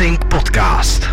Boxing Podcast.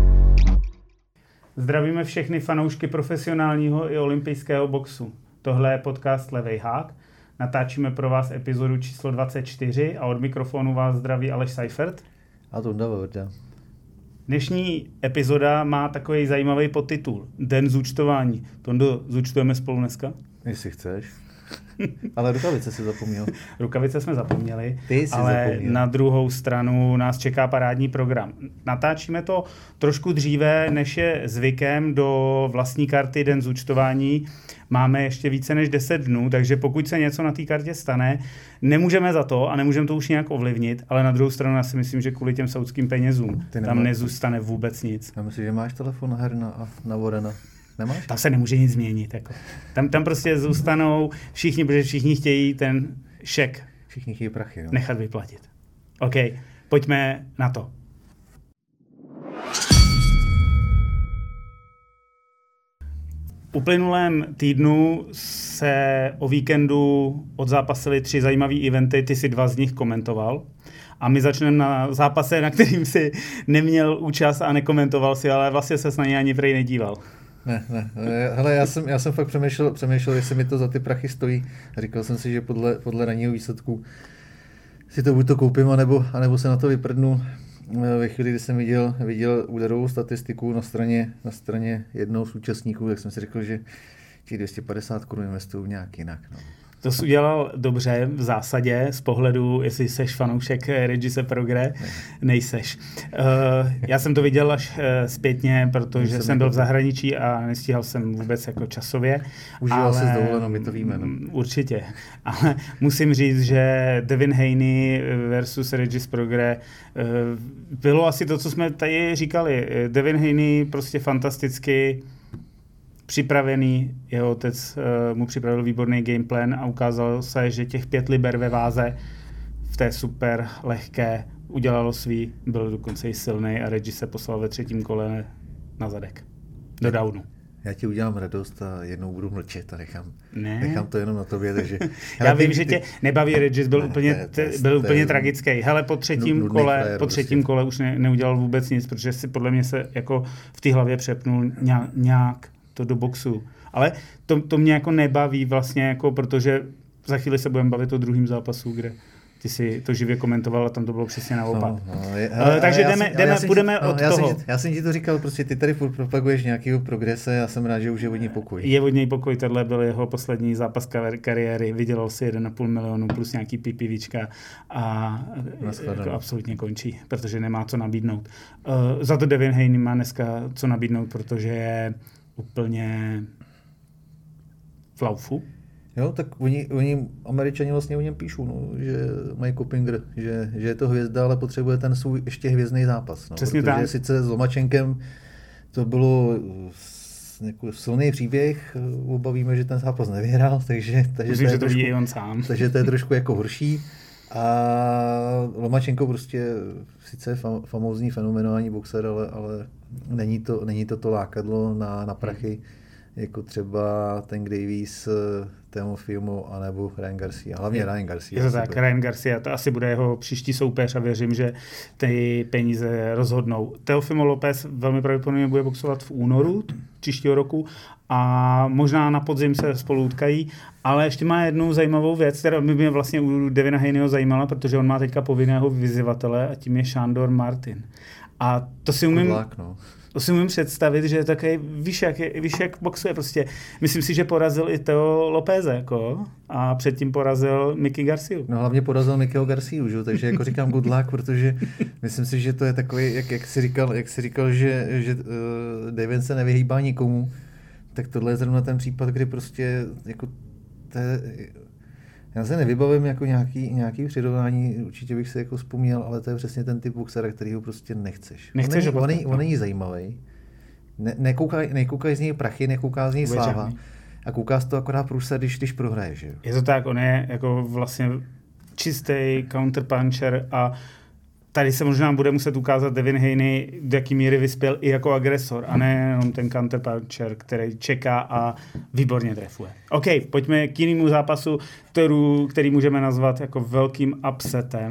Zdravíme všechny fanoušky profesionálního i olympijského boxu. Tohle je podcast Levej hák. Natáčíme pro vás epizodu číslo 24 a od mikrofonu vás zdraví Aleš Seifert. A to dobře. Dnešní epizoda má takový zajímavý podtitul. Den zúčtování. Tondo, zúčtujeme spolu dneska? Jestli chceš. Ale rukavice si zapomněl. Rukavice jsme zapomněli, ale zapomněl. Na druhou stranu nás čeká parádní program. Natáčíme to trošku dříve, než je zvykem do vlastní karty Den zúčtování. Máme ještě více než 10 dnů, takže pokud se něco na té kartě stane, nemůžeme za to a nemůžeme to už nějak ovlivnit, ale na druhou stranu já si myslím, že kvůli těm saudským penězům tam nezůstane vůbec nic. Já myslím, že máš telefon na Herna a na Warrena. Nemáš? Tam se nemůže nic změnit. Jako. Tam prostě zůstanou všichni, protože všichni chtějí ten šek. Všichni chtějí prachy. Jo. Nechat vyplatit. OK, pojďme na to. V uplynulém týdnu se o víkendu odzápasily 3 zajímavé eventy, ty si 2 z nich komentoval. A my začneme na zápase, na kterým si neměl účast a nekomentoval si, ale vlastně se na něj ani prej nedíval. Ne. Hele, já jsem fakt přemýšlel, jestli mi to za ty prachy stojí. Říkal jsem si, že podle ranního výsledku si to buď to koupím, anebo se na to vyprdnu. Ve chvíli, kdy jsem viděl úderovou statistiku na straně jednoho z účastníků, tak jsem si řekl, že těch 250 Kč investuju nějak jinak. No. To jsi udělal dobře v zásadě z pohledu, jestli seš fanoušek Regise Prograis, nejseš. Já jsem to viděl až zpětně, protože jsem byl v zahraničí a nestíhal jsem vůbec jako časově. Užíval si s dovolenou, my to víme. No. Určitě. Ale musím říct, že Devin Haney versus Regis Prograis bylo asi to, co jsme tady říkali. Devin Haney prostě fantasticky připravený, jeho otec mu připravil výborný gameplan a ukázalo se, že těch 5 liber ve váze v té super lehké udělalo svý, byl dokonce i silný a Regis se poslal ve 3. kole na zadek. Do downu. Já ti udělám radost a jednou budu mlčet a nechám to jenom na tobě, takže... Já vím, že tě nebaví Regis, byl úplně tragický. Hele, po třetím kole už neudělal vůbec nic, protože si podle mě se jako v té hlavě přepnul nějak to do boxu. Ale to mě jako nebaví vlastně, jako, protože za chvíli se budeme bavit o druhém zápasu, kde ty si to živě komentoval a tam to bylo přesně naopak. Takže půjdeme od toho. Já jsem ti to říkal, prostě ty tady propaguješ nějakého progrese, já jsem rád, že už je od něj pokoj. Je od něj pokoj, tohle byl jeho poslední zápas kariéry, vydělal si 1,5 milionu plus nějaký PPVčka a jako absolutně končí, protože nemá co nabídnout. Za to Devin Haney má dneska co nabídnout, protože je úplně v laufu. Jo, tak oni Američani vlastně o něm píšou, no, že mají Kopinger, že je to hvězda, ale potřebuje ten svůj ještě hvězdný zápas. No, přesně protože tak. Sice s Lomačenkem to bylo silný příběh, obavíme, že ten zápas nevyhrál, takže myslím, že to ví i on sám. Takže to je trošku jako horší. A Lomačenko prostě sice je famózní, fenomenální boxer, ale není to lákadlo na prachy, jako třeba ten Davies, Teofimo anebo Ryan Garcia. Hlavně Ryan Garcia. Je to tak, Ryan Garcia, to asi bude jeho příští soupeř a věřím, že ty peníze rozhodnou. Teofimo Lopez velmi pravděpodobně bude boxovat v únoru příštího roku a možná na podzim se spolu utkají, ale ještě má jednu zajímavou věc, která by mě vlastně u Devina Haneyho zajímala, protože on má teďka povinného vyzývatele a tím je Shandor Martin. A to si umím představit, že je takový víš, jak boxuje prostě. Myslím si, že porazil i Teo Lopeze, jako, a předtím porazil Mickey Garciu. No hlavně porazil Mickeyho Garciu, že? Takže jako říkám good luck, protože myslím si, že to je takový, jak jsi říkal, že Devin se nevyhýbá nikomu, tak tohle je zrovna ten případ, kdy prostě jako já se nevybavím jako nějaký přirovnání, určitě bych se jako vzpomněl, ale to je přesně ten typ boxera, kterýho prostě nechceš. On není zajímavý. Nekoukají z něj prachy, nekouká z něj sláva. A kouká z toho akorát průse, když prohraje. Že? Je to tak, on je jako vlastně čistý counterpuncher a tady se možná bude muset ukázat Devin Haney, do jaký míry vyspěl i jako agresor, a ne jenom ten counterpuncher, který čeká a výborně trefuje. OK, pojďme k jinému zápasu, který můžeme nazvat jako velkým upsetem,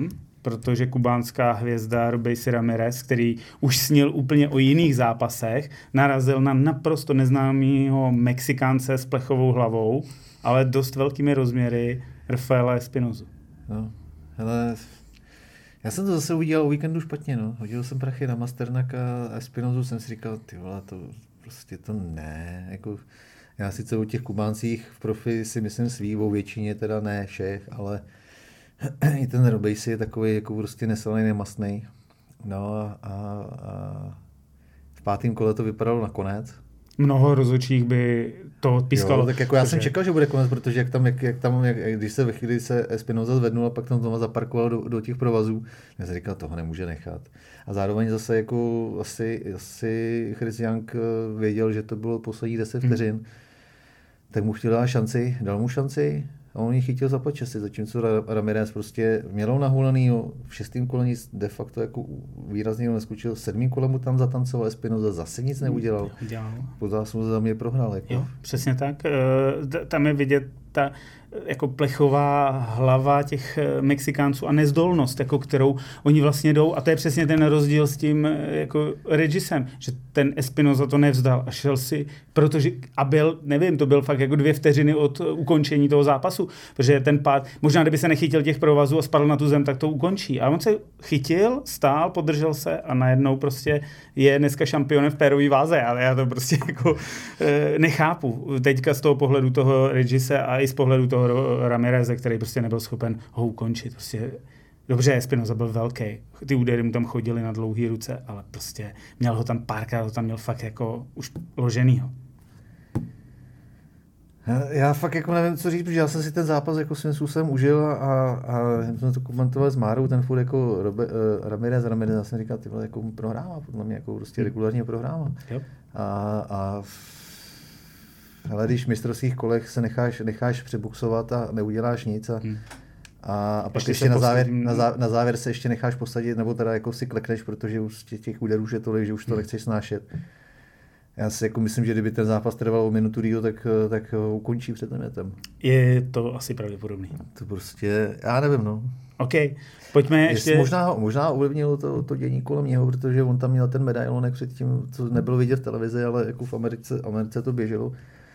protože kubánská hvězda Robeisy Ramirez, který už snil úplně o jiných zápasech, narazil na naprosto neznámého Mexikánce s plechovou hlavou, ale dost velkými rozměry Rafaela Espinozu. No, hele, já jsem to zase udělal o víkendu špatně, no. Hodil jsem prachy na Masternaka a Espinozu jsem si říkal, ty vole, to prostě to ne, jako já sice o těch Kubáncích v profi si myslím svý, o většině teda ne všech, ale i ten Robeisy je takový jako prostě neslaný, nemastný. No a v 5. kole to vypadalo nakonec. Mnoho rozhodčích by to odpískalo. Jo, tak jako já jsem čekal, že bude konec, protože když se Espinoza zvednul a pak tam znovu zaparkoval do těch provazů, já jsem říkal, toho nemůže nechat. A zároveň zase jako asi Chris Young věděl, že to bylo poslední 10 vteřin, tak mu chtěl dát šanci, dal mu šanci a on ji chytil za počasí, zatímco Ramirez prostě měl nahulenýho, v 6. kole nic de facto jako výrazně neskučil, v 7. kole mu tam zatancoval, Espinoza zase nic neudělal. Po zásluze za mě prohrál. Jako. Jo, přesně tak. Tam je vidět ta jako plechová hlava těch Mexikánců a nezdolnost, jako kterou oni vlastně jdou. A to je přesně ten rozdíl s tím jako Regisem, že ten Espinoza to nevzdal a šel si, protože a byl, nevím, to byl fakt jako 2 vteřiny od ukončení toho zápasu, protože ten pád, možná kdyby se nechytil těch provazů a spadl na tu zem, tak to ukončí. A on se chytil, stál, podržel se a najednou prostě je dneska šampionem v pérový váze, ale já to prostě jako nechápu. Teďka z toho pohledu toho Regise a i z pohledu toho Ramireze, který prostě nebyl schopen ho ukončit. Prostě dobře, Espinoza byl velký. Ty údery mu tam chodily na dlouhý ruce, ale prostě měl ho tam párkrát, ho tam měl fakt jako už loženýho. Já fakt jako nevím, co říct, protože já jsem si ten zápas jako svým způsobem užil a jsme to komentovali s Márou, ten furt jako Ramirez, já jsem říkal, ty vole, jako prohrává, podle mě jako prostě regulárně prohrává. Ale když v mistrovských kolech se necháš přebuxovat a neuděláš nic a pak ještě na závěr se ještě necháš posadit, nebo teda jako si klekneš, protože už těch úderů je tolik, že už to nechceš snášet. Já si jako myslím, že kdyby ten zápas trval o minutu díl, tak ho ukončí před limitem. Je to asi pravděpodobný. To prostě, já nevím, no. OK, pojďme ještě... Možná ovlivnilo to dění kolem něho, protože on tam měl ten medailonek předtím, co nebylo vidět v televizi, ale jako v Americe to běželo.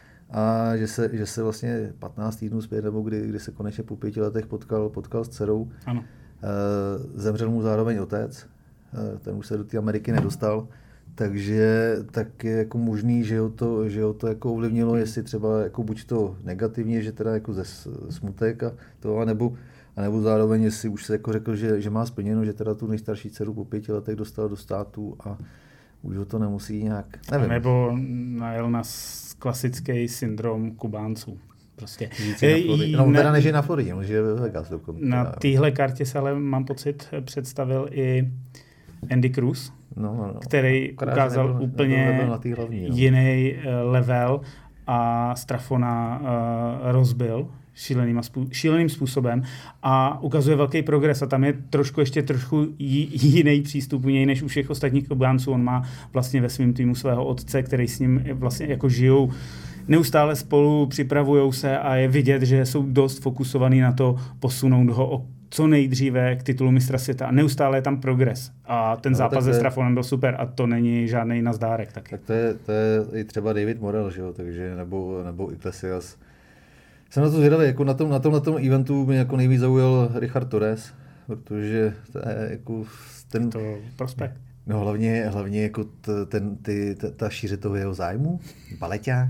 A že se vlastně 15 týdnů zpět, nebo kdy se konečně po 5 letech potkal s dcerou. Ano. Zemřel mu zároveň otec, ten už se do té Ameriky nedostal, takže tak je jako možný, že ho to jako ovlivnilo, jestli třeba jako buď to negativně, že teda jako ze smutek a to, anebo zároveň, jestli už se jako řekl, že má splněno, že teda tu nejstarší dceru po 5 letech dostal do státu a už ho to nemusí nějak, nevím. Nebo najel na klasický syndrom Kubánců. Prostě. Teda než je na Floridě, že je ve Vegas dokonce. Na téhle kartě se ale, mám pocit, představil i Andy Cruz, který ukázal úplně jiný level a Strafona rozbil šíleným způsobem a ukazuje velký progres a tam je trošku jiný přístup u něj než u všech ostatních Kubánců. On má vlastně ve svém týmu svého otce, který s ním vlastně jako žijou, neustále spolu připravujou se a je vidět, že jsou dost fokusovaný na to posunout ho co nejdříve k titulu mistra světa. A neustále je tam progres. A ten zápas se Strafonem byl super a to není žádný nazdárek taky. Tak to je i třeba David Morel, že jo, takže nebo Iglesias. Jsem na to zvědavý, jako na tom eventu mě jako nejvíc zaujal Richard Torres, protože to je jako ten... To prospekt. No hlavně jako ta šíře toho jeho zájmu, baleťák,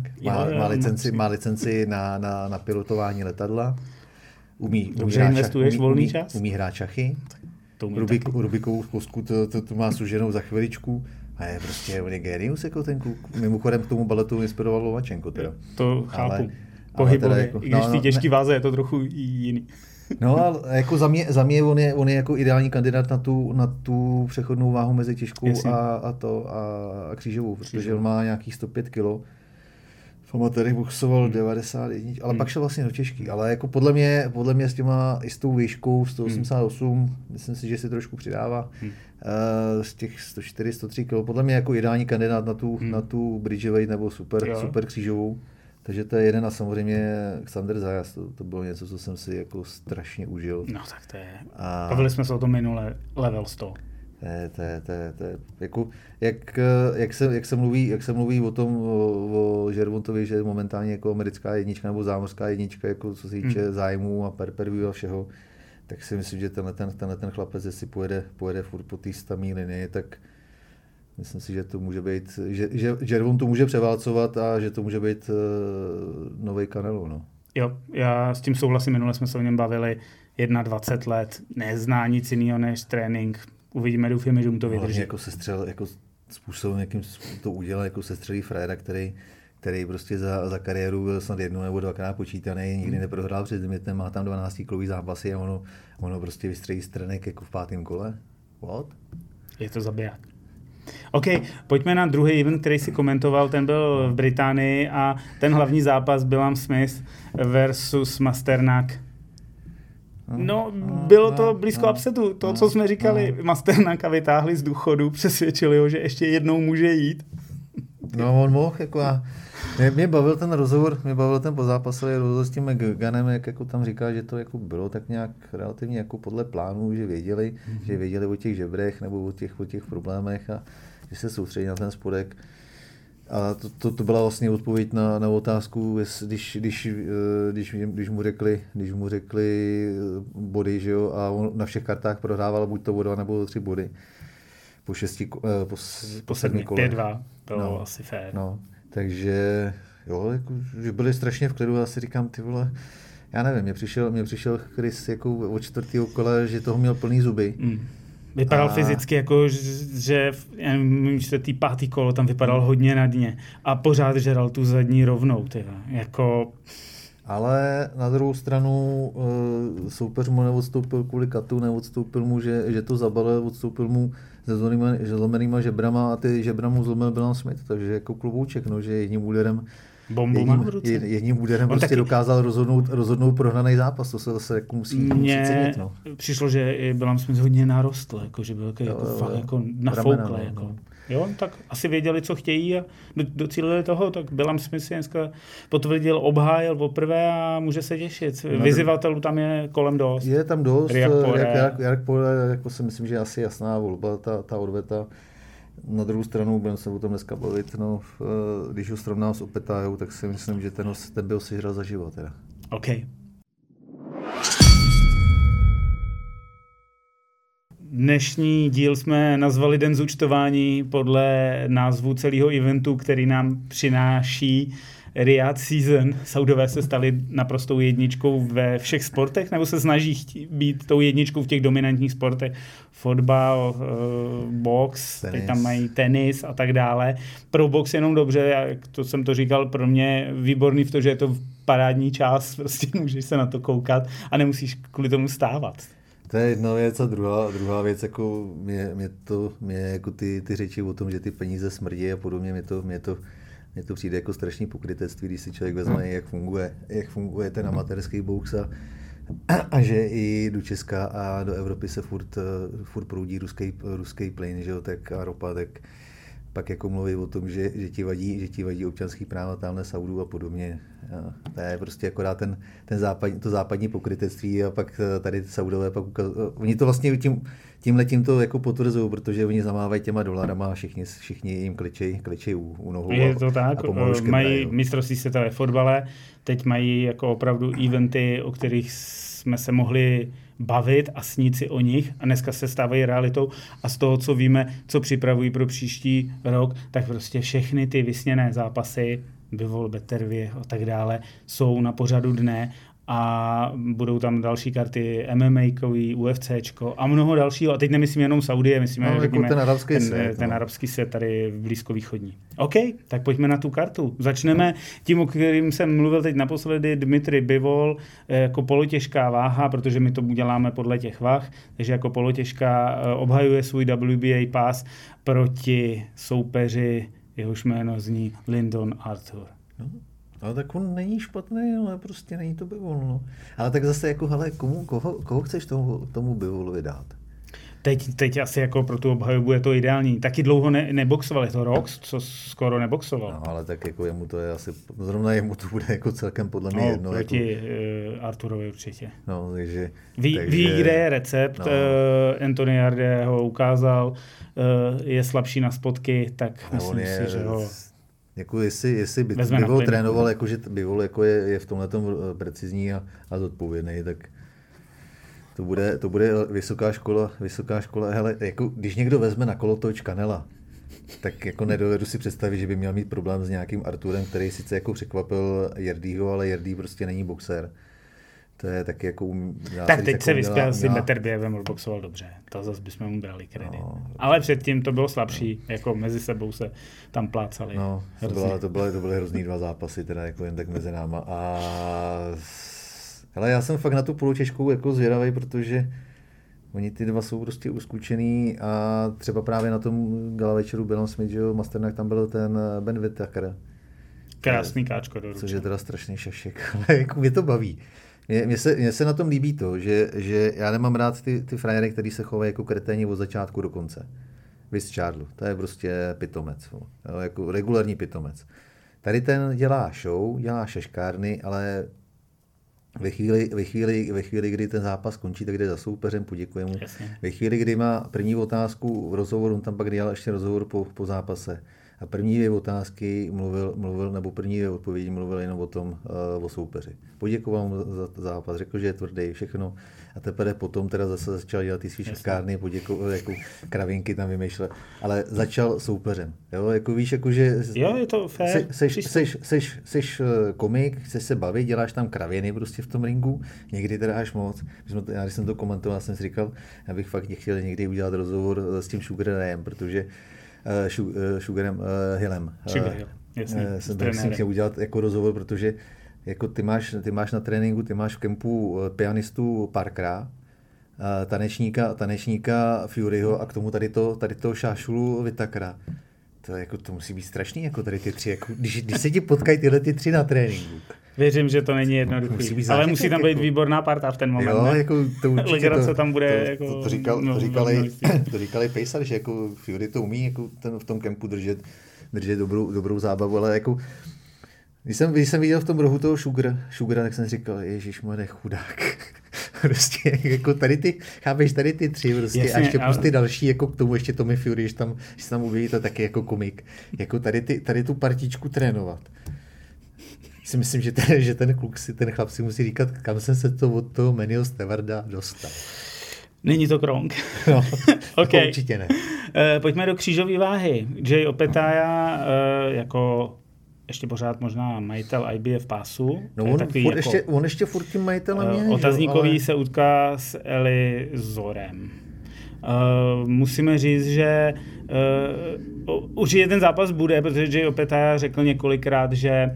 má licenci na pilotování letadla, umí hrát šachy, Rubikovou kostku to má suženou za chviličku. A je prostě, on je genius, jako ten kluk. Mimochodem k tomu baletu inspiroval Lomačenko teda. To chápu. Pohybově, jako, i když v té těžké váze je to trochu jiný. No a jako za mě on je jako ideální kandidát na tu přechodnou váhu mezi těžkou a křížovou, protože on má nějakých 105 kg. V amatérech boxoval 91, ale pak šel vlastně do těžký. Ale jako podle mě s tou výškou 188, myslím si, že si trošku přidává z těch 104, 103 kg. Podle mě jako ideální kandidát na tu bridgeweight nebo super křížovou. Takže to je jeden a samozřejmě Xander Zayas, to bylo něco, co jsem si jako strašně užil. No tak to je, bavili jsme se o tom minule, level 100. To je jako, jak se mluví o tom, o Žervontovi, že je momentálně jako americká jednička nebo zámořská jednička, jako co se týče zájmů a per-view a všeho, tak si myslím, že tenhle chlapec, jestli pojede furt po té stamí linii, tak myslím si, že to může být, že Žervon to může převálcovat a že to může být nový Canelo, no. Jo, já s tím souhlasím, minule jsme se o něm bavili, 21 let, nezná nic jiného než trénink. Uvidíme, doufáme, že mu to vydrží. Jako sestřel, jako způsobem, jakým to udělal, jako sestřelí Freda, který prostě za kariéru byl snad jednou nebo dvakrát počítaný, nikdy neprohrál před limitem, má tam 12-kolový zápasy a ono prostě vystřelí stranek jako v 5. kole. What? Je to zabiják. OK, pojďme na druhý event, který si komentoval, ten byl v Británii a ten hlavní zápas Billam Smith versus Masternak. No, bylo to blízko upsetu. To, co jsme říkali, Masternaka vytáhli z důchodu, přesvědčili ho, že ještě jednou může jít. No, on mohl, jako mě bavil ten rozhovor, ten pozápasový rozhovor s tím McGannem, jak jako tam říká, že to jako bylo tak nějak relativně jako podle plánu, že věděli o těch žebrech nebo o těch problémech a že se soustředí na ten spodek. A to byla vlastně odpověď na otázku, když mu řekli body, že jo, a on na všech kartách prohrával buď to o 2 nebo o 3 body. Po 7 kolech. 5-2, bylo asi fér. No, takže jo, jako, že byli strašně v klidu, já si říkám, ty vole, já nevím, mě přišel Chris jako od 4. kola, že toho měl plný zuby. Vypadal fyzicky jako, že tý 5. kolo tam vypadal hodně na dně a pořád žeral tu zadní rovnou, jako... Ale na druhou stranu soupeř mu neodstoupil kvůli katu, neodstoupil mu, že to zabalil, odstoupil mu se zlomenýma žebrama a ty žebra mu zlomil Billam Smith, takže jako klobouček, no, že jedním úderem prostě taky dokázal rozhodnout prohraný zápas, to se zase jako musí cenit. No. Přišlo, že i Billam Smith hodně narostl, jako, že byl fakt jako nafoukle. Jako. No. Jo, tak asi věděli, co chtějí a docílili toho, tak Billam Smith si dneska potvrdil, obhájil poprvé a může se těšit. Vyzývatelů tam je kolem dost. Je tam dost, jak jako si myslím, že asi jasná volba, ta odveta. Na druhou stranu budeme se o tom dneska bavit, no, když ho srovnám s Opetájou, tak si myslím, že ten byl sežral za život. Teda. OK. Dnešní díl jsme nazvali Den zúčtování podle názvu celého eventu, který nám přináší Riyadh Season. Saudové se stali naprostou jedničkou ve všech sportech, nebo se snaží být tou jedničkou v těch dominantních sportech. Fotbal, box, teď tam mají tenis a tak dále. Pro box jenom dobře, jak to jsem to říkal, pro mě výborný v to, že je to parádní čas, prostě můžeš se na to koukat a nemusíš kvůli tomu stávat. To je jedna věc a druhá věc, jako mě jako ty řeči o tom, že ty peníze smrdí a podobně, mě to přijde jako strašný pokrytectví, když si člověk vezme, jak funguje ten amatérský box a že i do Česka a do Evropy se furt proudí ruský plyn, že jo, tak a ropa, tak pak jako mluví o tom, že ti vadí občanský práva tamhle Saudů a podobně. A to je prostě akorát to západní pokrytectví a pak tady Saudové pak oni to vlastně tímhletím to jako potvrzují, protože oni zamávají těma dolarama a všichni jim kličejí u nohou. Je to tak, mají mistrovství světa ve fotbale, teď mají jako opravdu eventy, o kterých jsme se mohli bavit a snít si o nich a dneska se stávají realitou a z toho, co víme, co připravují pro příští rok, tak prostě všechny ty vysněné zápasy, Bivol, Beterbiev a tak dále, jsou na pořadu dne a budou tam další karty MMA-kový, UFCčko a mnoho dalšího. A teď nemyslím jenom Saudie, myslíme, řekněme, ten arabský svět tady blízkovýchodní. OK, tak pojďme na tu kartu. Začneme tím, o kterým jsem mluvil teď naposledy, Dmitry Bivol, jako polotěžká váha, protože my to uděláme podle těch vah, takže jako polotěžká obhajuje svůj WBA pas proti soupeři, jehož jméno zní Lyndon Arthur. Ale tak on není špatný, ale prostě není to Bivol. No. Ale tak zase jako, hele, koho chceš tomu Bivolovi dát? Teď asi jako pro tu obhajobu je to ideální. Taky dlouho neboxoval, je to rok, co skoro neboxoval. No, ale tak jako jemu to je asi, zrovna jemu to bude jako celkem podle mě jedno. Proti Arturovi určitě. No, takže... Ví, kde je recept, no. Anthony Yarde ho ukázal, je slabší na spotky, tak myslím si, že ho... Jako jestli Bivol trénoval, jako, že Bivol jako je v tomhletom precizní a zodpovědný, tak to bude vysoká škola. Hele, jako, když někdo vezme na kolotoč Canela, tak jako nedovedu si představit, že by měl mít problém s nějakým Arturem, který sice jako překvapil Yardyho, ale Yardy prostě není boxer. To je taky jako... Tak teď se vyspěl s Beterbijevem, boxoval dobře. To zase bychom mu brali kredit. No, ale předtím to bylo slabší, jako mezi sebou se tam plácali. No, to byly hrozný 2 zápasy, teda jako jen tak mezi náma. A hele, já jsem fakt na tu polotěžkou jako zvědavý, protože oni ty dva jsou prostě uskučený a třeba právě na tom gala večeru Bellon Smith, že jo, Masternak, tam byl ten Ben Whittaker. Krásný káčko do ruče. Což je teda strašný šašek, ale jako mě to baví. Mně se na tom líbí to, že já nemám rád ty frajery, který se chovají jako kreténi od začátku do konce. Viz Charles, to je prostě pitomec, jo, jako regulární pitomec. Tady ten dělá show, dělá šaškárny, ale ve chvíli, kdy ten zápas končí, tak jde za soupeřem, poděkuje mu. Jasně. Ve chvíli, kdy má první otázku v rozhovoru, on tam pak dělal ještě rozhovor po zápase. A první 2 otázky mluvil, nebo první 2 odpovědi mluvil jenom o tom, o soupeři. Poděkoval mu za zápas, řekl, že je tvrdý, všechno. A teprve potom teda zase začal dělat ty svý šaškárny, poděkoval, jako kravinky tam vymýšlel. Ale začal soupeřem. Jo, jako víš, jako že... Jo, je to fér. Seš komik, chceš se bavit, děláš tam kraviny prostě v tom ringu, někdy teda až moc. Já když jsem to komentoval, jsem si říkal, já bych fakt chtěl někdy udělat rozhovor s tím Sugar Rayem, protože Sugarem Hillem. Jasně. Jsem chtěl udělat jako rozhovor, protože jako ty máš na tréninku, ty máš v kempu pianistu Parkera, tanečníka Furyho a k tomu tady to šášulu Whittakera. To musí být strašný, jako tady ty 3, jako, když se ti potkají tyhle 3 na tréninku. Věřím, že to není jednoduchý, ale musí tam být jako výborná parta v ten moment. Jo, jako to určitě to tam bude to říkali Pejsar, že jako Fury to umí jako v tom kempu držet dobrou zábavu, ale jako když jsem viděl v tom rohu toho Sugara, tak jsem říkal, ježišmarja, chudák. Prostě jako chápeš, tady ty 3 prostě, jasně, a ještě plus ty další, jako k tomu ještě Tommy Fury, že tam uvidí to taky jako komik. Jako tady tu partičku trénovat. Si myslím, že ten chlap si musí říkat, kam jsem se to od toho Mannyho Stewarda dostal. Není to Kronk. No, okay. Určitě ne. Pojďme do křížové váhy. Jay Opetaia jako ještě pořád možná majitel IBF pásu. No on ještě furt tím majitelem je. Otazníkový ale... se utká s Elizorem. Musíme říct, že určitě ten zápas bude, protože Jay Opetaia řekl několikrát, že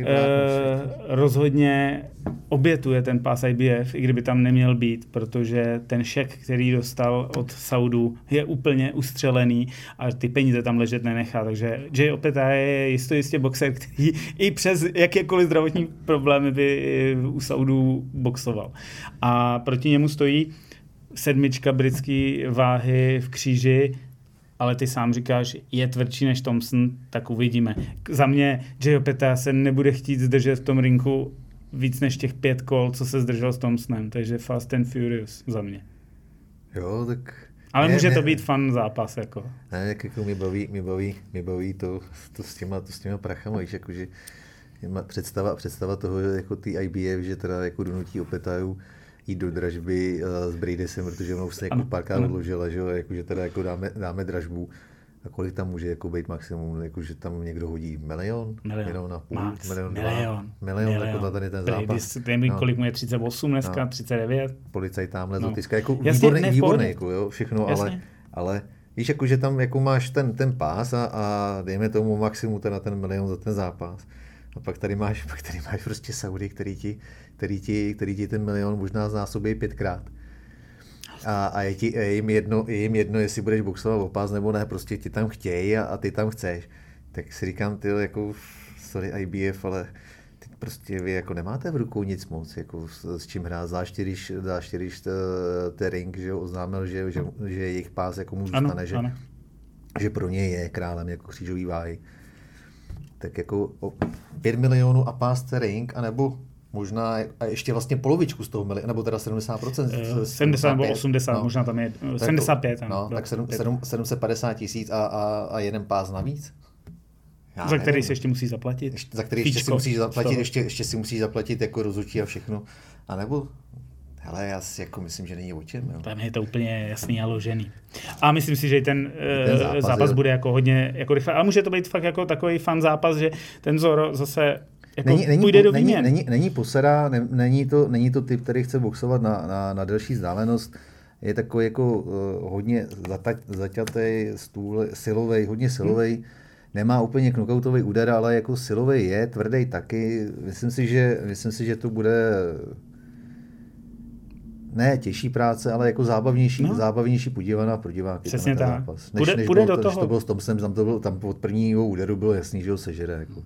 rozhodně obětuje ten pás IBF, i kdyby tam neměl být, protože ten šek, který dostal od Saudů, je úplně ustřelený a ty peníze tam ležet nenechá. Takže Jay Opetaia je jistě boxer, který i přes jakékoliv zdravotní problémy by u Saudů boxoval. A proti němu stojí 7 britský váhy v kříži, ale ty sám říkáš, je tvrdší než Thompson, tak uvidíme. Za mě Jay Opetaia se nebude chtít zdržet v tom rinku víc než těch 5 kol, co se zdržel s Thompsonem, takže Fast and Furious za mě. Jo, tak... Ale může to být fun zápas, jako. Ne, jako mě baví to s těma prachama, víš, jakože představa toho, že jako ty IBF, že teda jako donutí Opetaiu jít do dražby s Bradysem, protože ono už se jako párkrát odložila, že jakože teda jako dáme dražbu. A kolik tam může jako být maximum, jako že tam někdo hodí milion a půl, milion jako na ten zápas. Nevím, kolik mu je 38 dneska, 39. Policajt tamhle zotiska, jako výborný, jako jo, všechno, ale víš, jako, že tam jako máš ten pás a dejme tomu maximum na ten milion za ten zápas. A pak tady máš prostě Saudy, který ti ten milion možná znásobí 5krát. A je jim jedno, jestli budeš boxovat o pás nebo ne, prostě ti tam chtějí a ty tam chceš. Tak si říkám, ty jako, sorry IBF, ale prostě vy jako nemáte v rukou nic moc, jako s čím hrát, zvláště když ten ring, že oznámil, že jejich pás jako mu zůstane, že pro něj je králem jako křížový váhy. Tak jako 5 milionů a pás ten ring, anebo možná a ještě vlastně polovičku z toho nebo teda 70%. 70 nebo 80, no. Možná tam je 75. No, tak 750 000 a jeden pás navíc. Za který si ještě musí zaplatit. Za který ještě si musí zaplatit, ještě si musí zaplatit jako rozhodčí a všechno. A nebo, hele, já si jako myslím, že není o čem. Jo. Tam je to úplně jasný a ložený. A myslím si, že ten zápas bude jako hodně jako rychle. Ale může to být fakt jako takový fan zápas, že ten Zoro zase jako půjde do výměn. Není posera, není to typ, který chce boxovat na delší vzdálenost. Je takový jako hodně zaťatý, silovej, hodně silovej. Nemá úplně knockoutový úder, ale jako silový je, tvrdý taky. Myslím si, že to bude ne těžší práce, ale jako zábavnější podívaná pro diváky. Přesně tak. Zápas. Než to bylo s Thompsonem, tam od prvního úderu bylo jasný, že ho sežere. Jako.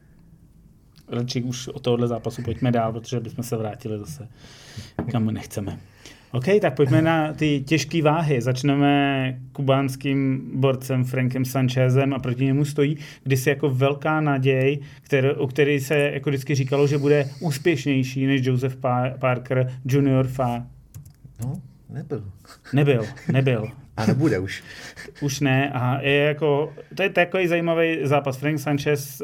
Radši už od tohohle zápasu pojďme dál, protože bychom se vrátili zase kam nechceme. OK, tak pojďme na ty těžké váhy. Začneme kubánským borcem Frankem Sanchezem a proti němu stojí kdysi jako velká naděj, o který se jako vždycky říkalo, že bude úspěšnější než Joseph Parker Junior Fa. No, Nebyl. A nebude už. Už ne. A je jako, to je takový zajímavý zápas. Frank Sanchez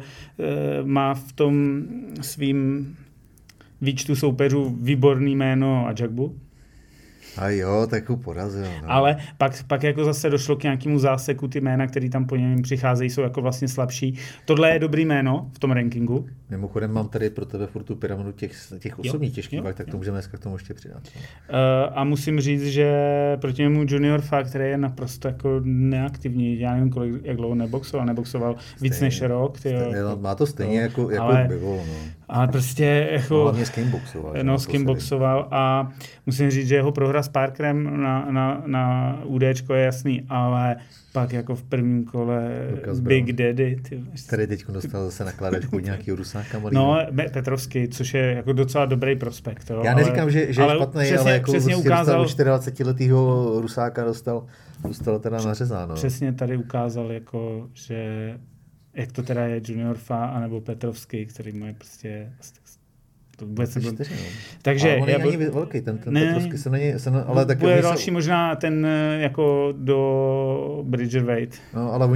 má v tom svým výčtu soupeřů výborný jméno Ajagbu. A jo, tak ho porazil. No. Ale pak jako zase došlo k nějakému záseku, ty jména, které tam po něm přicházejí, jsou jako vlastně slabší. Tohle je dobrý jméno v tom rankingu. Mimochodem mám tady pro tebe furt tu pyramidu těch osobních těžkých váh, tak to můžeme dneska k tomu ještě přidat. A musím říct, že proti němu Junior Fa, který je naprosto jako neaktivní, já nevím, jak dlouho neboxoval víc než rok. Má to stejně jako Bivol. No. Ale prostě jako... Hlavně s kým boxoval. No, s kým boxoval a musím říct, že jeho prohra s Parkerem na UDčko je jasný, ale pak jako v prvním kole Big Daddy. Který teď dostal zase nakladačku nějakýho Rusáka malýho. No, Petrovský, což je jako docela dobrý prospekt. Jo, já neříkám, že je špatný, ale jako přesně ukázal 24-letýho Rusáka dostal teda nařezáno. Přesně tady ukázal, jako, že jak to teda je Junior Fa anebo Petrovský, který má prostě... To vůbec takže ale on je ani velký, ten Petrovský ale taky bude další možná ten jako do Bridgerweight. No, ale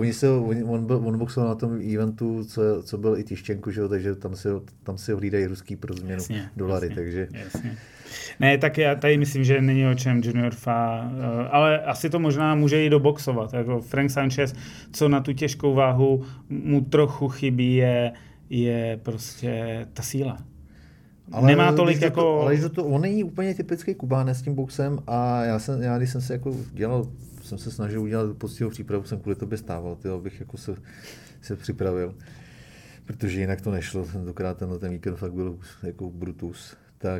on boxoval na tom eventu, co byl i Tiščenko, že jo, takže tam si ho hlídají ruský pro změnu dolary, takže... Jasně. Ne, tak já tady myslím, že není o čem Junior Fa, ale asi to možná může i doboxovat. Jako Frank Sanchez, co na tu těžkou váhu mu trochu chybí, je prostě ta síla. Ale nemá tolik jako... Ale on není úplně typický Kubánec s tím boxem a já když jsem se jako jsem se snažil udělat poctivou přípravu, jsem kvůli tobě stával, abych jako se připravil, protože jinak to nešlo, tentokrát ten víkend fakt byl jako brutus. Tak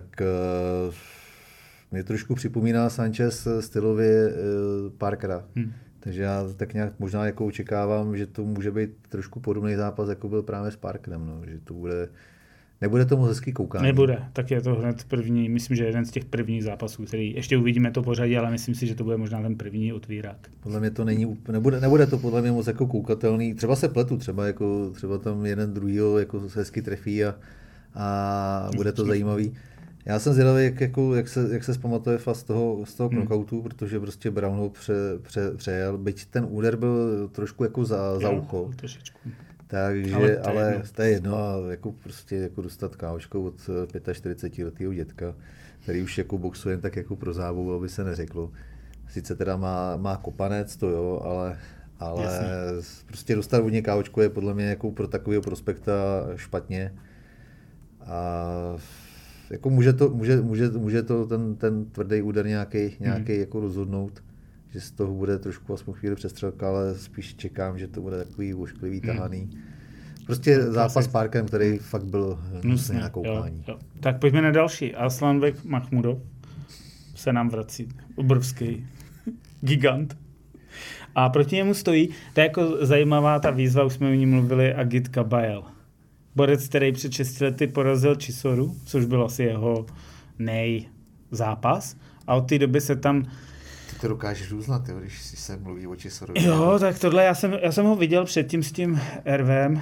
mě trošku připomíná Sanchez stylově Parkera. Takže já tak nějak možná jako očekávám, že to může být trošku podobný zápas, jako byl právě s Parkerem, no, že to nebude to moc hezký koukání. Nebude, tak je to hned první, myslím, že jeden z těch prvních zápasů, který ještě uvidíme to pořadí, ale myslím si, že to bude možná ten první otvírák. Podle mě to nebude to podle mě moc jako koukatelný, třeba se pletu, třeba tam jeden druhýho jako hezky trefí a bude to zajímavý. Já jsem zvědavý, jak se zpamatuje z toho knockoutu, protože prostě Brown ho přejel, byť ten úder byl trošku jako za ucho. Takže, ale to je jedno, jako prostě jako dostat kávočkou od 45letého dětka, který už jako boxuje tak jako pro zábavu, aby se neřeklo. Sice teda má kopanec, to jo, ale prostě dostat od něj kávočku je podle mě jako pro takového prospekta špatně. A jako může to ten tvrdý úder nějaký jako rozhodnout, že z toho bude trošku aspoň chvíli přestřelka, ale spíš čekám, že to bude takový ošklivý, tahaný. Prostě zápas s Parkem, který fakt byl hnusný na koukání. Jo. Tak pojďme na další. Aslanbek Makhmudov se nám vrací. Obrovský gigant. A proti němu stojí, to je jako zajímavá ta výzva, už jsme o ní mluvili, Agit Kabayel. borec, který před 6 lety porazil Chisoru, což byl asi jeho zápas. A od té doby se tam... Ty to dokážeš uznat, jo, když se mluví o Chisorovi. Jo, tak tohle já jsem ho viděl předtím s tím RV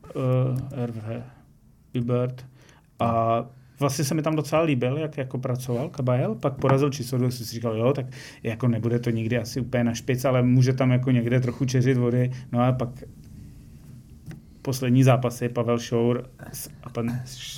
Hubert a vlastně se mi tam docela líbil, jak jako pracoval Kabayel, pak porazil Chisoru, si říkal, jo, tak jako nebude to nikdy asi úplně na špic, ale může tam jako někde trochu čeřit vody, no a pak poslední zápasy Pavel Šour a pan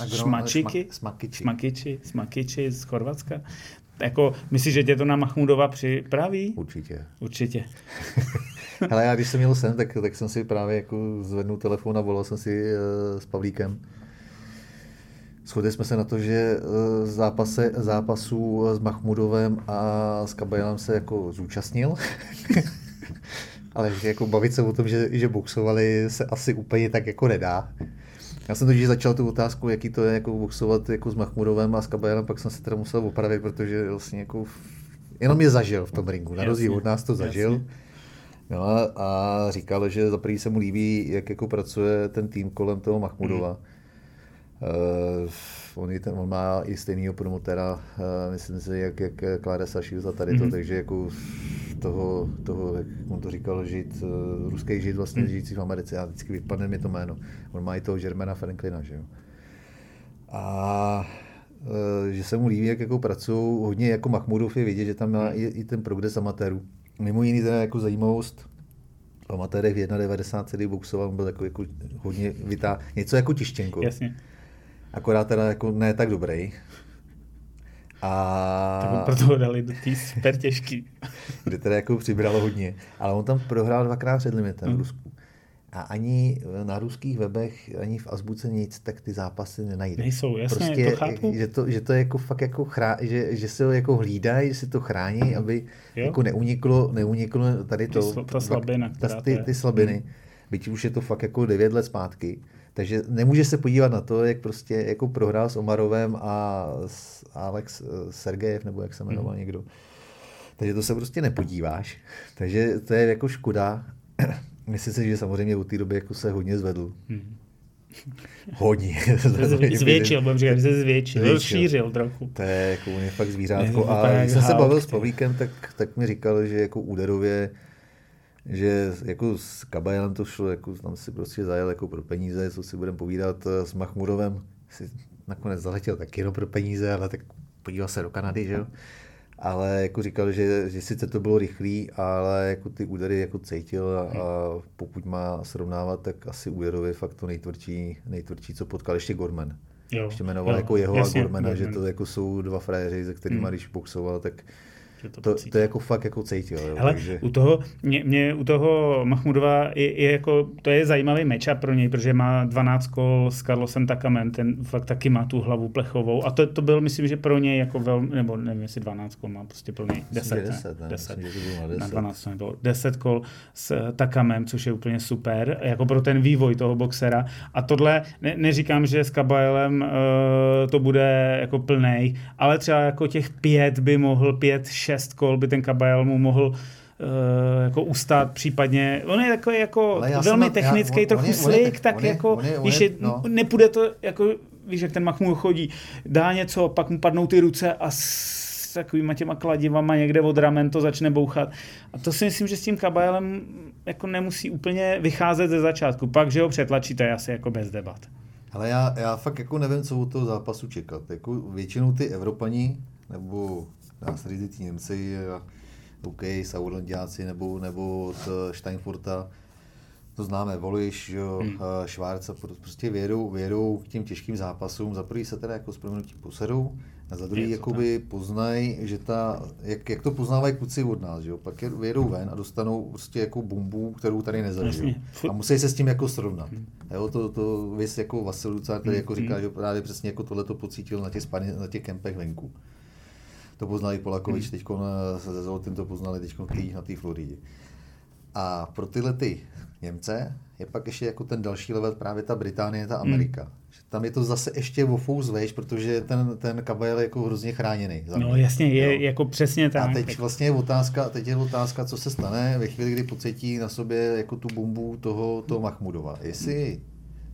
Smakiči z Chorvatska. Jako, myslíš, že tě to na Mahmudova připraví? Určitě. Hele, já když jsem měl sen, tak jsem si právě jako zvednul telefon a volal jsem si s Pavlíkem. Shodli jsme se na to, že zápasů s Mahmudovem a s Kabayelem se jako zúčastnil. Ale že jako bavit se o tom, že boxovali, se asi úplně tak jako nedá. Já jsem totiž začal tu otázku, jaký to je jako boxovat jako s Mahmudovem a s Kabayelem, pak jsem se teda musel opravit, protože vlastně jako jenom je zažil v tom ringu, na rozdíl od nás to zažil. Jasně. No a říkal, že za první se mu líbí, jak jako pracuje ten tým kolem toho Mahmudova. On má i stejného promotéra, myslím si, jak Klára Sašius a tady to, takže jako toho, jak on to říkal, ruský žid vlastně žijící v Americe, a vždycky vypadne mi to jméno. On má i toho Jermaina Franklina, že jo. A že se mu líbí, jak jako pracují, hodně jako Mahmudov je vidět, že tam má i ten progres amatérů. Mimo jiný teda jako zajímavost, v amatérech v 91. kdy boxoval, on byl jako hodně něco jako Tištěnko. Jasně. Akorát teda jako ne tak dobrý. Tak proto ho dali do té super těžký. Kde teda jako přibralo hodně. Ale on tam prohrál 2krát před limitem v Rusku. A ani na ruských webech, ani v azbuce nic, tak ty zápasy nenajde. Nejsou, jasně, prostě, to chápu. Že to je jako fakt jako že se ho jako hlídají, že si to chrání, aby jako neuniklo tady to. Ta slabina, ty slabiny. Byť už je to fakt jako 9 let zpátky. Takže nemůže se podívat na to, jak prostě jako prohrál s Omarovem a s Alex Sergejev, nebo jak se jmenoval někdo. Takže to se prostě nepodíváš. Takže to je jako škoda. Myslím si, že samozřejmě od té doby jako se hodně zvedl. Hodně. Zvětšil, budem říkat, že se zvětšil. Rozšířil trochu. To je jako on je fakt zvířátko. A když jsem se bavil s Pavlíkem, tak mi říkal, že jako úderově, že jako s Kabayelem to šlo, jako tam si prostě zajel jako pro peníze, co si budeme povídat s Mahmudovem. Si nakonec zaletěl taky jenom pro peníze, ale tak podíval se do Kanady, že jo. Ale jako říkal, že sice to bylo rychlý, ale jako ty údery jako cítil a pokud má srovnávat, tak asi úderově fakt to nejtvrdší, co potkal ještě Gorman. Ještě jmenoval jako jeho a Gormana, že to jako jsou dva frajeři, se kterými když boxoval, tak to je jako fakt jako cítil. Jo, hele, takže... u toho Mahmudova je jako, to je zajímavý matchup pro něj, protože má 12 kol s Carlosem Takamem, ten fakt taky má tu hlavu plechovou a to byl, myslím, že pro něj jako velmi, nebo nevím, jestli 12 kol má prostě pro něj 10. Na 12 nebylo 10 kol s Takamem, což je úplně super, jako pro ten vývoj toho boxera. A tohle, neříkám, že s Kabayelem to bude jako plnej, ale třeba jako těch 5 kol by ten Kabayel mu mohl jako ustát případně. On je takový jako velmi technický, trochu slik, tak jako, víš, nepůjde to, jako, víš, jak ten Mahmud chodí, dá něco, pak mu padnou ty ruce a s takovýma těma kladivama někde od ramen to začne bouchat. A to si myslím, že s tím Kabayelem jako nemusí úplně vycházet ze začátku. Pak, že ho přetlačí, to je asi jako bez debat. Ale já fakt jako nevím, co od toho zápasu čekat. Jako většinou ty Evropani, nebo dá se říct Němci, OK, Sauerlandiáci nebo od Steinfurta, to známe, Voliš, Schwarz, prostě vědou k těm těžkým zápasům. Za prvý se teda jako s proměnutím posedou, a za druhý jakoby poznají, že jak to poznávají kluci od nás, že jo? Pak vědou ven a dostanou prostě jako bombu, kterou tady nezažijou. A musí se s tím jako srovnat. Jo, to věc jako Vasil Ducar, který jako říká, že právě přesně jako tohleto pocítil na těch kempech venku. To poznali Polakovič, teďko se Zoltym to poznali teďko na té Floridě. A pro tyhle ty Němce je pak ještě jako ten další level právě ta Británie, ta Amerika. Tam je to zase ještě o fous vejš, protože ten Kabayel je jako hrozně chráněný. No jasně, je jako přesně tak. A teď vlastně je otázka, co se stane ve chvíli, kdy pocítí na sobě jako tu bombu toho Mahmudova. Jestli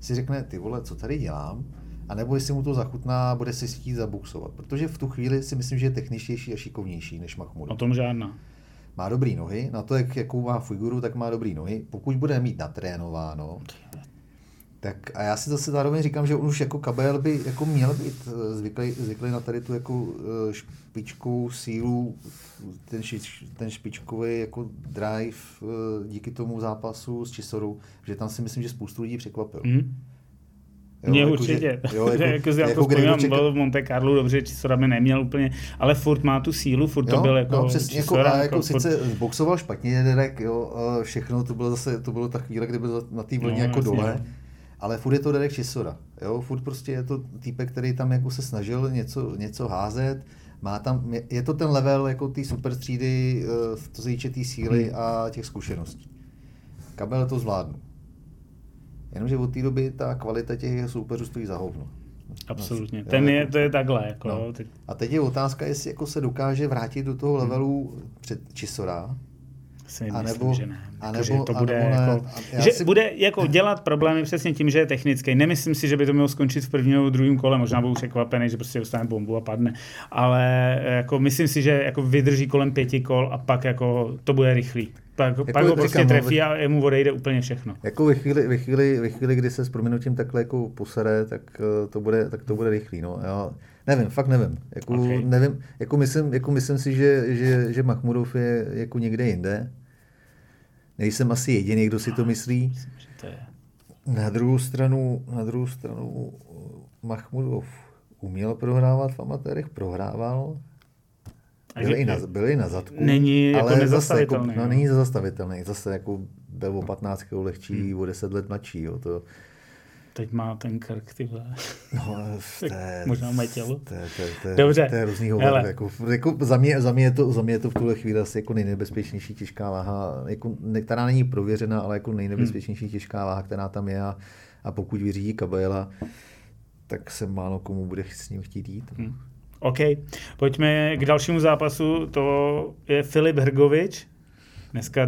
si řekne, ty vole, co tady dělám, anebo jestli mu to zachutná, bude si chtít zabuxovat. Protože v tu chvíli si myslím, že je techničtější a šikovnější než Mahmudov. O tom žádná. Má dobrý nohy, na to, jakou má figuru, tak má dobrý nohy. Pokud bude mít natrénováno, tak a já si zase zároveň říkám, že on už jako Kabel by jako měl být zvyklý na tady tu jako špičkovou sílu, ten špičkový jako drive díky tomu zápasu s Chisorou, že tam si myslím, že spoustu lidí překvapil. Mě jako určitě. Byl v Monte Carlo, dobře, Chisora by neměl úplně, ale furt má tu sílu, furt to byl jako přesně, Chisora. Jako sice boxoval špatně Derek, jo, všechno, to bylo ta chvíle, kdy byl na té vlně jako vlastně, dole, ale furt je to Derek Chisora, jo, furt prostě je to týpek, který tam jako se snažil něco házet, má tam, je to ten level jako té super třídy, to se týče té síly a těch zkušeností. Kabel to zvládnu. Jenomže od té doby ta kvalita těch soupeřů stojí za hovno. Absolutně. To je takhle. Jako, no. A teď je otázka, jestli jako se dokáže vrátit do toho levelu před Chisora. Myslím, že ne. Bude jako dělat problémy přesně tím, že je technický. Nemyslím si, že by to mělo skončit v prvním nebo druhém kole. Možná budou překvapený, že prostě dostane bombu a padne. Ale jako myslím si, že jako vydrží kolem 5 kol a pak jako to bude rychlý. Pak ho prostě trefí a mu odejde úplně všechno. Jako ve chvíli, kdy se s prominutím takhle jako posere, tak to bude rychlý. No. Já nevím. Nevím. Myslím si, že Mahmudov je jako někde jinde. Nejsem asi jediný, kdo si to myslí. Myslím, že to je. Na druhou stranu Mahmudov uměl prohrávat v amatérech, prohrával. Byl i na zadku. Není jako nezastavitelný. Není nezastavitelný. Zase jako byl o 15 kg lehčí, o 10 let mladší. Jo, to... Teď má ten krk, ty vole. No, možná má tělo. Dobře. To je různý hovor. Jako za mě je to v tuhle chvíli asi jako nejnebezpečnější těžká váha, jako, která není prověřená, ale jako nejnebezpečnější těžká váha, která tam je. A pokud vyřídí Kabela, tak se málo komu bude s ním chtít jít. OK, pojďme k dalšímu zápasu, to je Filip Hrgovič, dneska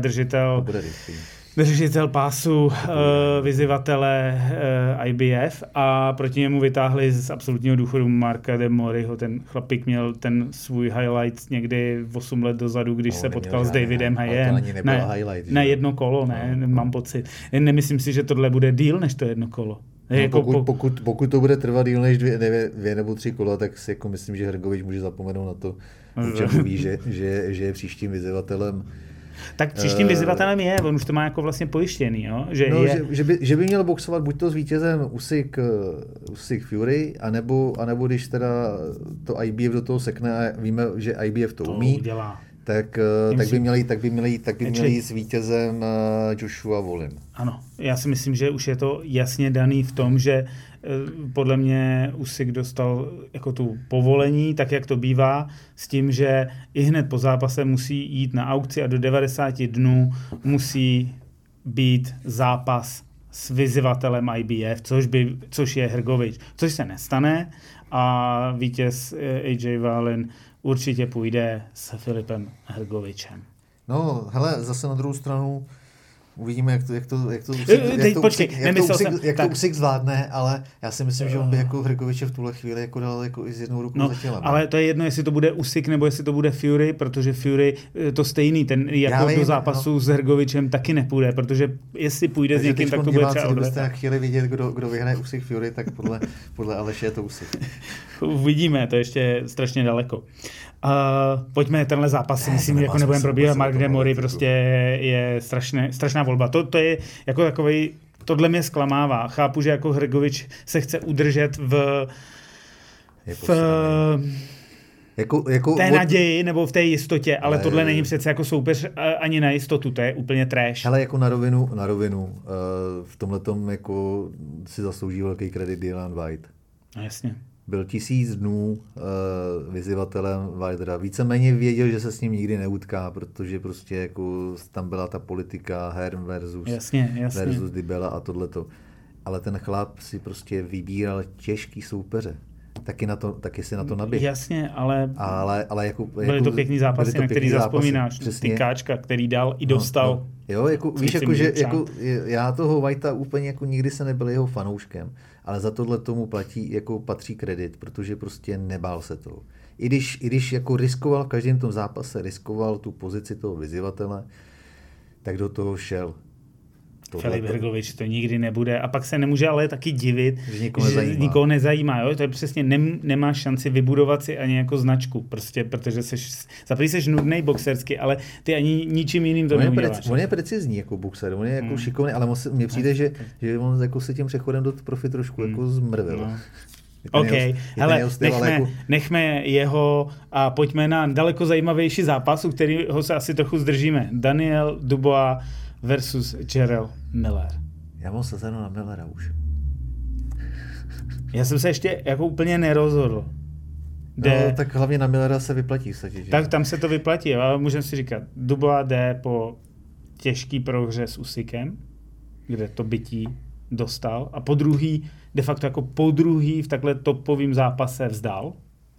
držitel pásu vyzývatele IBF a proti němu vytáhli z absolutního důchodu Marka de Moriho. Ten chlapík měl ten svůj highlight někdy 8 let dozadu, když se potkal s Davidem Hayem. Na jedno kolo, mám pocit. Nemyslím si, že tohle bude díl než to jedno kolo. Pokud to bude trvat díl než 2 nebo 3 kola, tak si jako myslím, že Hrgovič může zapomenout na to, že ví, že je příštím vyzývatelem. Tak příštím vyzývatelem je, on už to má jako vlastně pojištěný, jo? Že by měl boxovat buď to s vítězem Usyk Fury, anebo když teda to IBF do toho sekne a víme, že IBF to umí, tak by měli s vítězem Joshua Wallin. Ano, já si myslím, že už je to jasně daný v tom, že podle mě Usyk dostal jako tu povolení, tak jak to bývá, s tím, že i hned po zápase musí jít na aukci a do 90 dnů musí být zápas s vyzývatelem IBF, což je Hrgovič, což se nestane a vítěz AJ Wallin určitě půjde s Filipem Hrgovičem. No, hele, zase na druhou stranu uvidíme, jak to Usyk zvládne, ale já si myslím, že on by jako Hrgoviče v tuhle chvíli jako dal jako i s jednou rukou za tělem. Ale to je jedno, jestli to bude Usyk nebo jestli to bude Fury, protože Fury to stejný, ten jako do zápasu s Hrgovičem taky nepůjde, protože jestli půjde s někým, tak to bude třeba odvět. Kdybyste chtěli vidět, kdo vyhraje Usyk Fury, tak podle Aleše je to Usyk. Uvidíme, to ještě strašně daleko. Pojďme tenhle zápas, myslím, jako nebudeme probíhat. Mark de Mori prostě je strašná volba. To je jako takovej, tohle mě zklamává. Chápu, že jako Hrgovič se chce udržet v té naději nebo v té jistotě, ale tohle není přece jako soupeř ani na jistotu, to je úplně trash. Ale jako na rovinu v tomhletom jako si zaslouží velký kredit Dylan White. No jasně. Byl 1000 dnů vyzývatelem Wildera. Víceméně věděl, že se s ním nikdy neutká, protože prostě jako tam byla ta politika Hearn versus Dibella a tohleto. Ale ten chlap si prostě vybíral těžký soupeře. taky si na to naběh. Jasně, ale byly to pěkný zápasy, na který zapomínáš. Ty káčka, který dal i dostal. No. Jo, jako, víš, jako, že jako, já toho Whitea úplně jako nikdy se nebyl jeho fanouškem, ale za tohle tomu patří kredit, protože prostě nebál se toho. I když jako riskoval v každém tom zápase, riskoval tu pozici toho vyzývatele, tak do toho šel. Filip Hrgovič to nikdy nebude. A pak se nemůže ale taky divit, že nikoho nezajímá. Jo? To je přesně, nemáš šanci vybudovat si ani jako značku, prostě, protože seš nudnej boxersky, ale ty ani ničím jiným to neuděláš. On je precizní jako boxer, on je jako šikovný, ale mně přijde, že on jako se tím přechodem do profi trošku jako zmrvil. No. OK, hele, nechme jeho a pojďme na daleko zajímavější zápas, u kterého se asi trochu zdržíme. Daniel Dubois versus Jarrell Miller. Já mám sazeno na Millera už. Já jsem se ještě jako úplně nerozhodl. No, tak hlavně na Millera se vyplatí. Tak tam se to vyplatí, ale můžeme si říkat, Dubois jde po těžký prohře s Usykem, kde to bití dostal a de facto jako po druhý v takhle topovým zápase vzdal.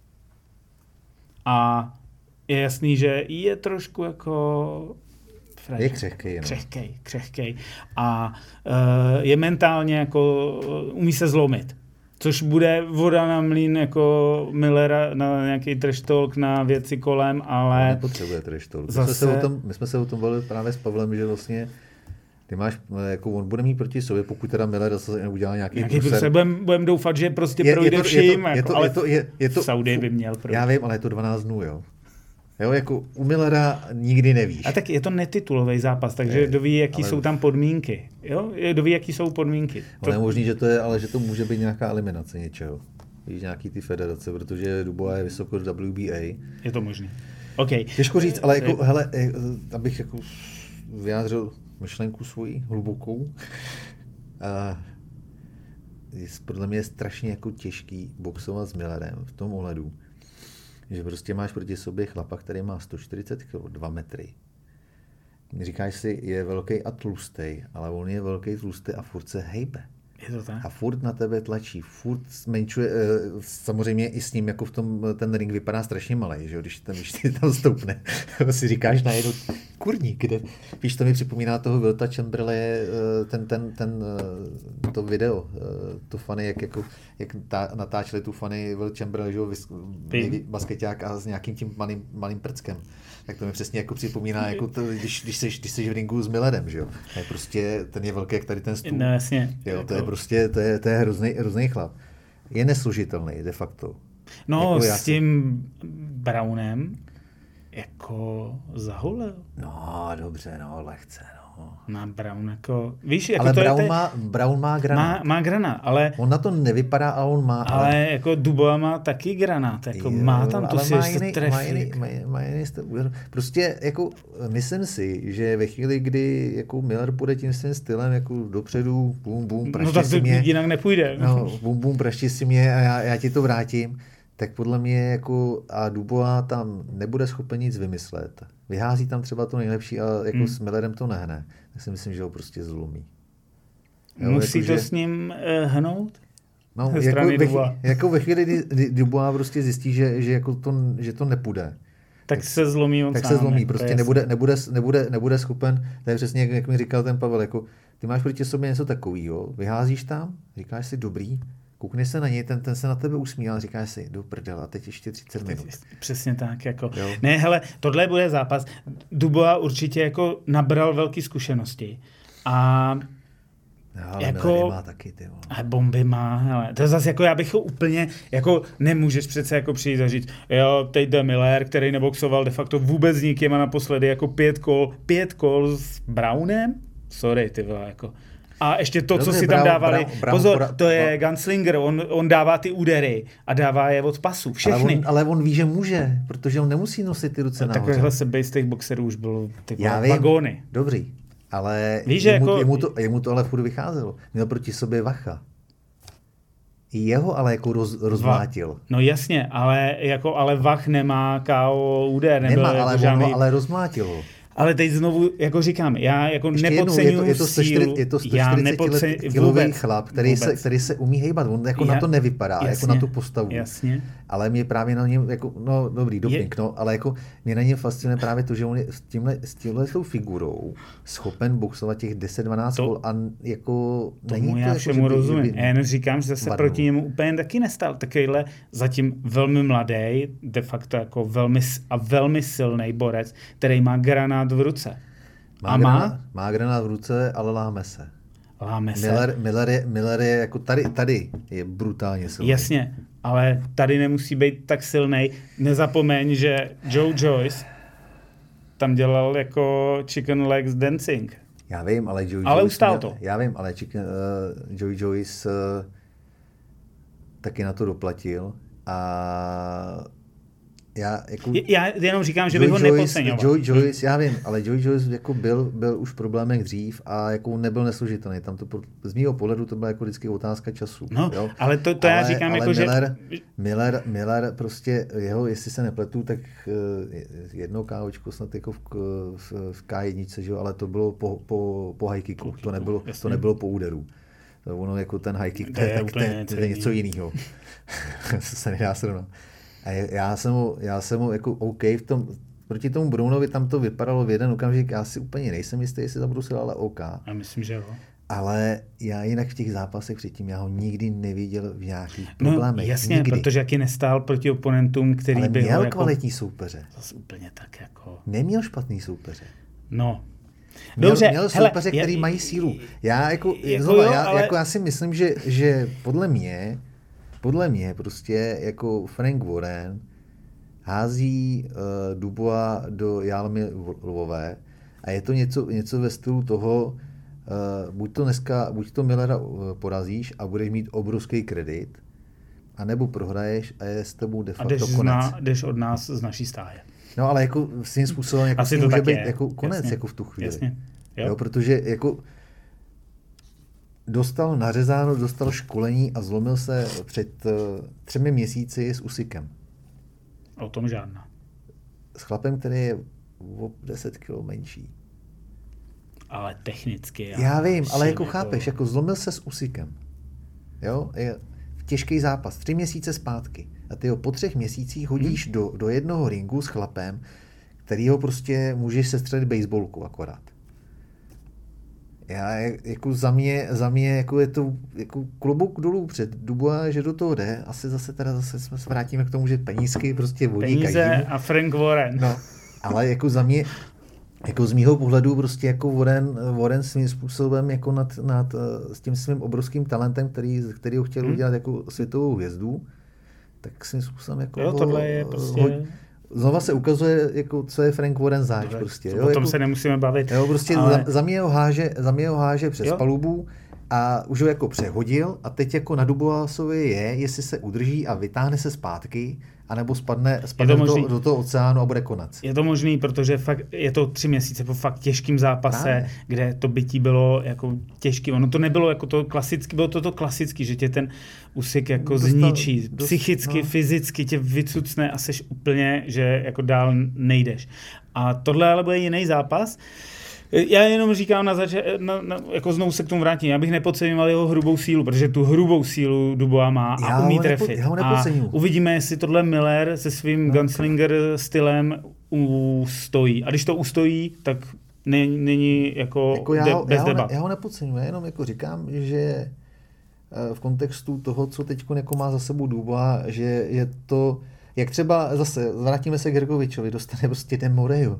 A je jasný, že je trošku jako je křehkej. Křehkej. A je mentálně jako umí se zlomit. Což bude voda na mlýn jako Millera na nějaký trash talk na věci kolem, ale... On nepotřebuje trash talk. My jsme se o tom bavili právě s Pavlem, že vlastně ty máš, jako on bude mít proti sobě, pokud teda Miller zase neudělá nějaký průser. Budeme doufat, že prostě projde vším, ale v Saudii by měl projít. Já vím, ale je to 12 dnů, jo. Jo, jako u Millera nikdy nevíš. A tak je to netitulový zápas, takže kdo ví, jaký jsou tam podmínky. Jo? Kdo ví, jaký jsou podmínky. Ale je možný, že to může být nějaká eliminace něčeho. Víš, nějaký ty federace, protože Dubois je vysoko WBA. Je to možný. Okay. Těžko říct, ale jako, hele, abych jako vyjádřil myšlenku svoji hlubokou. Podle mě je strašně jako těžký boxovat s Millerem v tom ohledu, že prostě máš proti sobě chlapa, který má 140 kg, 2 metry. Říkáš si, je velký a tlustý, ale on je velký, tlustý a furt se hejbe. Je to tak? A furt na tebe tlačí, furt zmenšuje, samozřejmě i s ním, jako v tom, ten ring vypadá strašně malej, že jo, když tam stoupne. si říkáš najednou, kurník, kde? Víš, to mi připomíná toho Wilta Chamberlaine, to video, to funny, jak natáčeli tu funny Wilt Chamberlain, že jo, baskeťák a s nějakým tím malým prckem. Tak to mi přesně jako připomíná, jako to, když jsi v ringu s Millerem, že jo. Je prostě, ten je velký jak tady ten stůl. No jasně. Jo, to je prostě, to je hrozný chlap. Je neslužitelný de facto. No jako s tím Brownem jako zahulil. No dobře, no lehce, no. Na Brown jako, víš, jako ale to Brown má granát. Má granát, ale... On na to nevypadá, ale on má. Ale jako Dubois má taky granát, jako jo, má tam tu si trefík. Prostě jako myslím si, že ve chvíli, kdy jako Miller půjde tím svým stylem jako dopředu, bum, prašti si mě. No tak jinak nepůjde. No, bum, prašti si mě a já ti to vrátím. Tak podle mě jako a Dubois tam nebude schopen nic vymyslet. Vyhází tam třeba to nejlepší a jako s Millerem to nehne. Tak si myslím, že ho prostě zlomí. Jo, musí jako, to s ním hnout? No, jako ve chvíli, kdy Dubois prostě zjistí, že to nepůjde. Tak se zlomí on tak sám. Tak se zlomí, prostě nebude schopen, to je přesně, jak mi říkal ten Pavel, jako ty máš proti sobě něco takového, vyházíš tam, říkáš si dobrý, koukneš se na něj, ten se na tebe usmíval, říkáš si, do prdela, a teď ještě 30 minut. Přesně tak, jako. Jo. Ne, hele, tohle bude zápas. Dubois určitě jako nabral velké zkušenosti. A no, ale jako, má taky, ty vole. A bomby má, hele. To zase jako já bych ho úplně, jako nemůžeš přece jako přijít a říct, jo, teď jde Miller, který neboxoval de facto vůbec nikým a naposledy jako 5 kol s Brownem? Sorry, ty vole, jako. A ještě to, dobře, co si tam dávali, pozor, to je gunslinger, on dává ty údery a dává je od pasu, všechny. Ale on ví, že může, protože on nemusí nosit ty ruce nahoře. Takovýchhle sebejistých boxerů už bylo ty vagóny. Dobrý, ale víš, jemu to ale furt vycházelo. Měl proti sobě Vacha. I jeho ale jako rozmlátil. No jasně, ale Vach nemá KO úder. Nemá, ale rozmlátil ho. Ale teď znovu, jako říkám, já jako nepodceňuji sílu. Je to 140-kilový chlap, který se umí hejbat. On jako na to nevypadá, jasně, jako na tu postavu. Jasně. Ale mě právě na něm, jako, no dobrý, doping, no, ale jako mě na něm fascinuje právě to, že on je s tímhle figurou schopen boxovat těch 10-12 kol a jako není to já jako, všemu rozumím. Já jen říkám, že zase proti němu úplně taky nestál takovýhle zatím velmi mladý, de facto jako velmi silný borec, který má granát v ruce. Má granát v ruce, ale láme se. Miller je jako tady je brutálně silný. Jasně, ale tady nemusí být tak silný. Nezapomeň, že Joe Joyce tam dělal jako chicken legs dancing. Já vím, ale ustál to. Já vím, ale Joe Joyce taky na to doplatil a já jenom říkám, že bych ho nepodceňoval. Joe Joyce, já vím, ale Joe Joyce jako byl už v problémech dřív a jako nebyl neslužitelný. Tam to, z mýho pohledu to byla jako vždycky otázka času. No, jo? Ale to já říkám ale jako, Miller prostě, jeho, jestli se nepletu, tak jednou kávočku snad jako v K1, že jo, ale to bylo po high kicku, to nebylo po úderu. Ono jako ten high kick, to je něco jiného. se nedá srovnat. A já jsem mu jako OK proti tomu Brownovi tam to vypadalo v jeden okamžik, já si úplně nejsem jistý, jestli zabrusil, ale OK. Já myslím, že jo. Ale já jinak v těch zápasech předtím, já ho nikdy neviděl v nějakých problémech. No jasně, nikdy. Protože jaký nestál proti oponentům, který ale byl měl jako kvalitní soupeře. Zase úplně tak jako... Neměl špatný soupeře. No. Dobře, měl soupeře, který mají sílu. Já si myslím, že podle mě prostě jako Frank Warren hází Dubois do Jalmy Lvové a je to něco ve stylu toho, buď to Millera porazíš a budeš mít obrovský kredit, anebo prohraješ a je s tebou de facto konec. A jdeš od nás z naší stáje. No ale jako s tím způsobem jako to může být je. jako konec. Jasně. Jako v tu chvíli. Jasně. Jo, protože jako dostal nařezáno, dostal školení a zlomil se před 3 měsíci s Usykem. O tom žádná. S chlapem, který je o 10 kg menší. Ale technicky. Já vím, ale jako chápeš, jako zlomil se s Usykem. Jo, je těžký zápas, 3 měsíce zpátky. A ty ho po 3 měsících hodíš do jednoho ringu s chlapem, kterýho prostě můžeš sestřelit baseballku akorát. Já jako za mě jako je to jako klobouk dolů před Dubois, že do toho jde. Asi zase jsme se vrátíme k tomu, že penízky prostě vodí peníze každému. A Frank Warren. No, ale jako za mě, jako z mýho pohledu prostě jako Warren svým způsobem jako nad s tím svým obrovským talentem, který ho chtěl udělat jako světovou hvězdu, tak svým způsobem jako jo, tohle je prostě... Znova se ukazuje, jako, co je Frank Warren zač. Prostě, o tom jako, se nemusíme bavit. Jo, prostě ale... za mě ho háže přes palubu a už ho jako přehodil a teď jako na Duboisovi je, jestli se udrží a vytáhne se zpátky, anebo spadne do toho oceánu a bude konec. Je to možný, protože fakt je to 3 měsíce po fakt těžkým zápase, právě. Kde to bytí bylo jako těžký. Ono to nebylo jako to klasicky, bylo to klasicky, že tě ten Usyk jako zničí. Psychicky, fyzicky tě vycucne a seš úplně, že jako dál nejdeš. A tohle ale bude jiný zápas. Já jenom říkám jako znovu se k tomu vrátím. Já bych nepodceňoval jeho hrubou sílu, protože tu hrubou sílu Dubois má a umí trefit. A uvidíme, jestli tohle Miller se svým gunslinger stylem ustojí. A když to ustojí, tak není jako bez debat. Já ho nepodceňuji, jenom jako říkám, že v kontextu toho, co teď jako má za sebou Dubois, že je to, jak třeba zase, vrátíme se k Hrgovičovi, dostane prostě ten Morejo.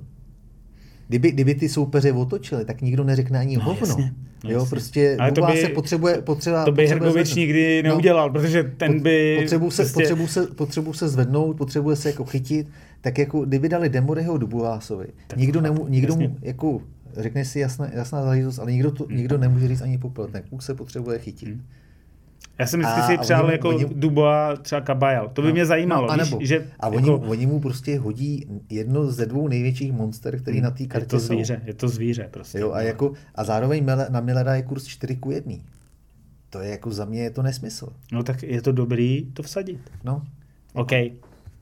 Kdyby ty soupeře otočili, tak nikdo neřekne ani hovno. Jasně. Jo, prostě Dubois se potřebuje to by Hrgovič nikdy neudělal, protože ten by... Potřebuji se zvednout, potřebuje se jako chytit, tak jako kdyby dali Demoreho Duboisovi, nikdo mu jako řekne si jasná záležitost, ale nikdo nemůže říct ani popel, ten kluk se potřebuje chytit. Já jsem vždycky si přál jako Dubois třeba Kabajal. To by mě zajímalo. Oni mu prostě hodí jedno ze 2 největších monster, který na té kartě jsou. Je to zvíře prostě. Jo, a zároveň na Millera je kurz 4:1. To je jako za mě je to nesmysl. No tak je to dobrý to vsadit. No. OK.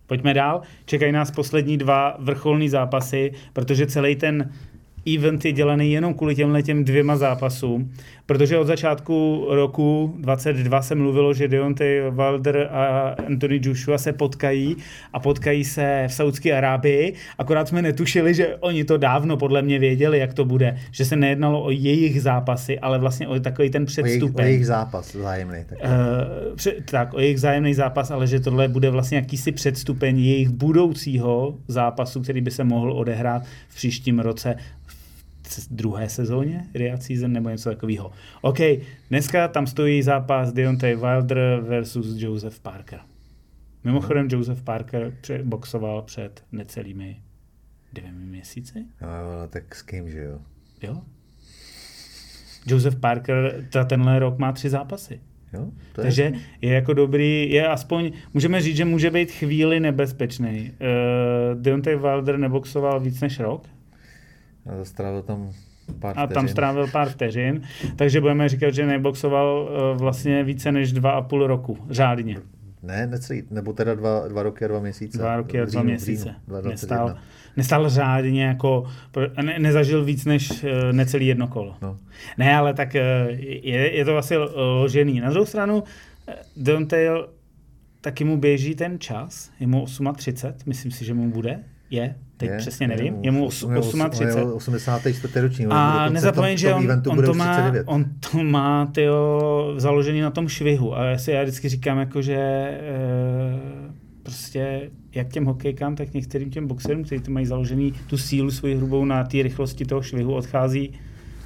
Pojďme dál. Čekají nás poslední 2 vrcholný zápasy, protože celý ten event je dělaný jenom kvůli těm 2 zápasům, protože od začátku roku 2022 se mluvilo, že Deontay Wilder a Anthony Joshua se potkají se v Saudské Arábii, akorát jsme netušili, že oni to dávno podle mě věděli, jak to bude, že se nejednalo o jejich zápasy, ale vlastně o takový ten předstupeň. O jejich zápas vzájemný. Tak, o jejich vzájemný zápas, ale že tohle bude vlastně jakýsi předstupeň jejich budoucího zápasu, který by se mohl odehrát v příštím roce v druhé sezóně, Riyadh Season nebo něco takového. OK, dneska tam stojí zápas Deontay Wilder versus Joseph Parker. Mimochodem Joseph Parker boxoval před necelými 2 měsíci. No, tak s kým, že jo? Jo. Joseph Parker tenhle rok má 3 zápasy. Jo, takže je jako dobrý, je aspoň, můžeme říct, že může být chvíli nebezpečný. Deontay Wilder neboxoval víc než rok. A strávil tam pár vteřin, takže budeme říkat, že neboxoval vlastně více než 2,5 roku, řádně. Ne, necelý, nebo teda 2 roky a 2 měsíce. 2 roky a 2 měsíce. Nestál řádně, jako, nezažil víc než necelý 1 kolo. No. Ne, ale tak je to asi ložený. Na druhou stranu, Deontay taky mu běží ten čas, je mu 38, myslím si, že mu bude. Teď přesně nevím, je mu 38. 84. roční. A nezapomeň, že on to má založený na tom švihu. A já vždycky říkám, jako, že prostě jak těm hokejkám, tak některým těm boxerům, kteří to mají založený tu sílu svoji hrubou na té rychlosti toho švihu, odchází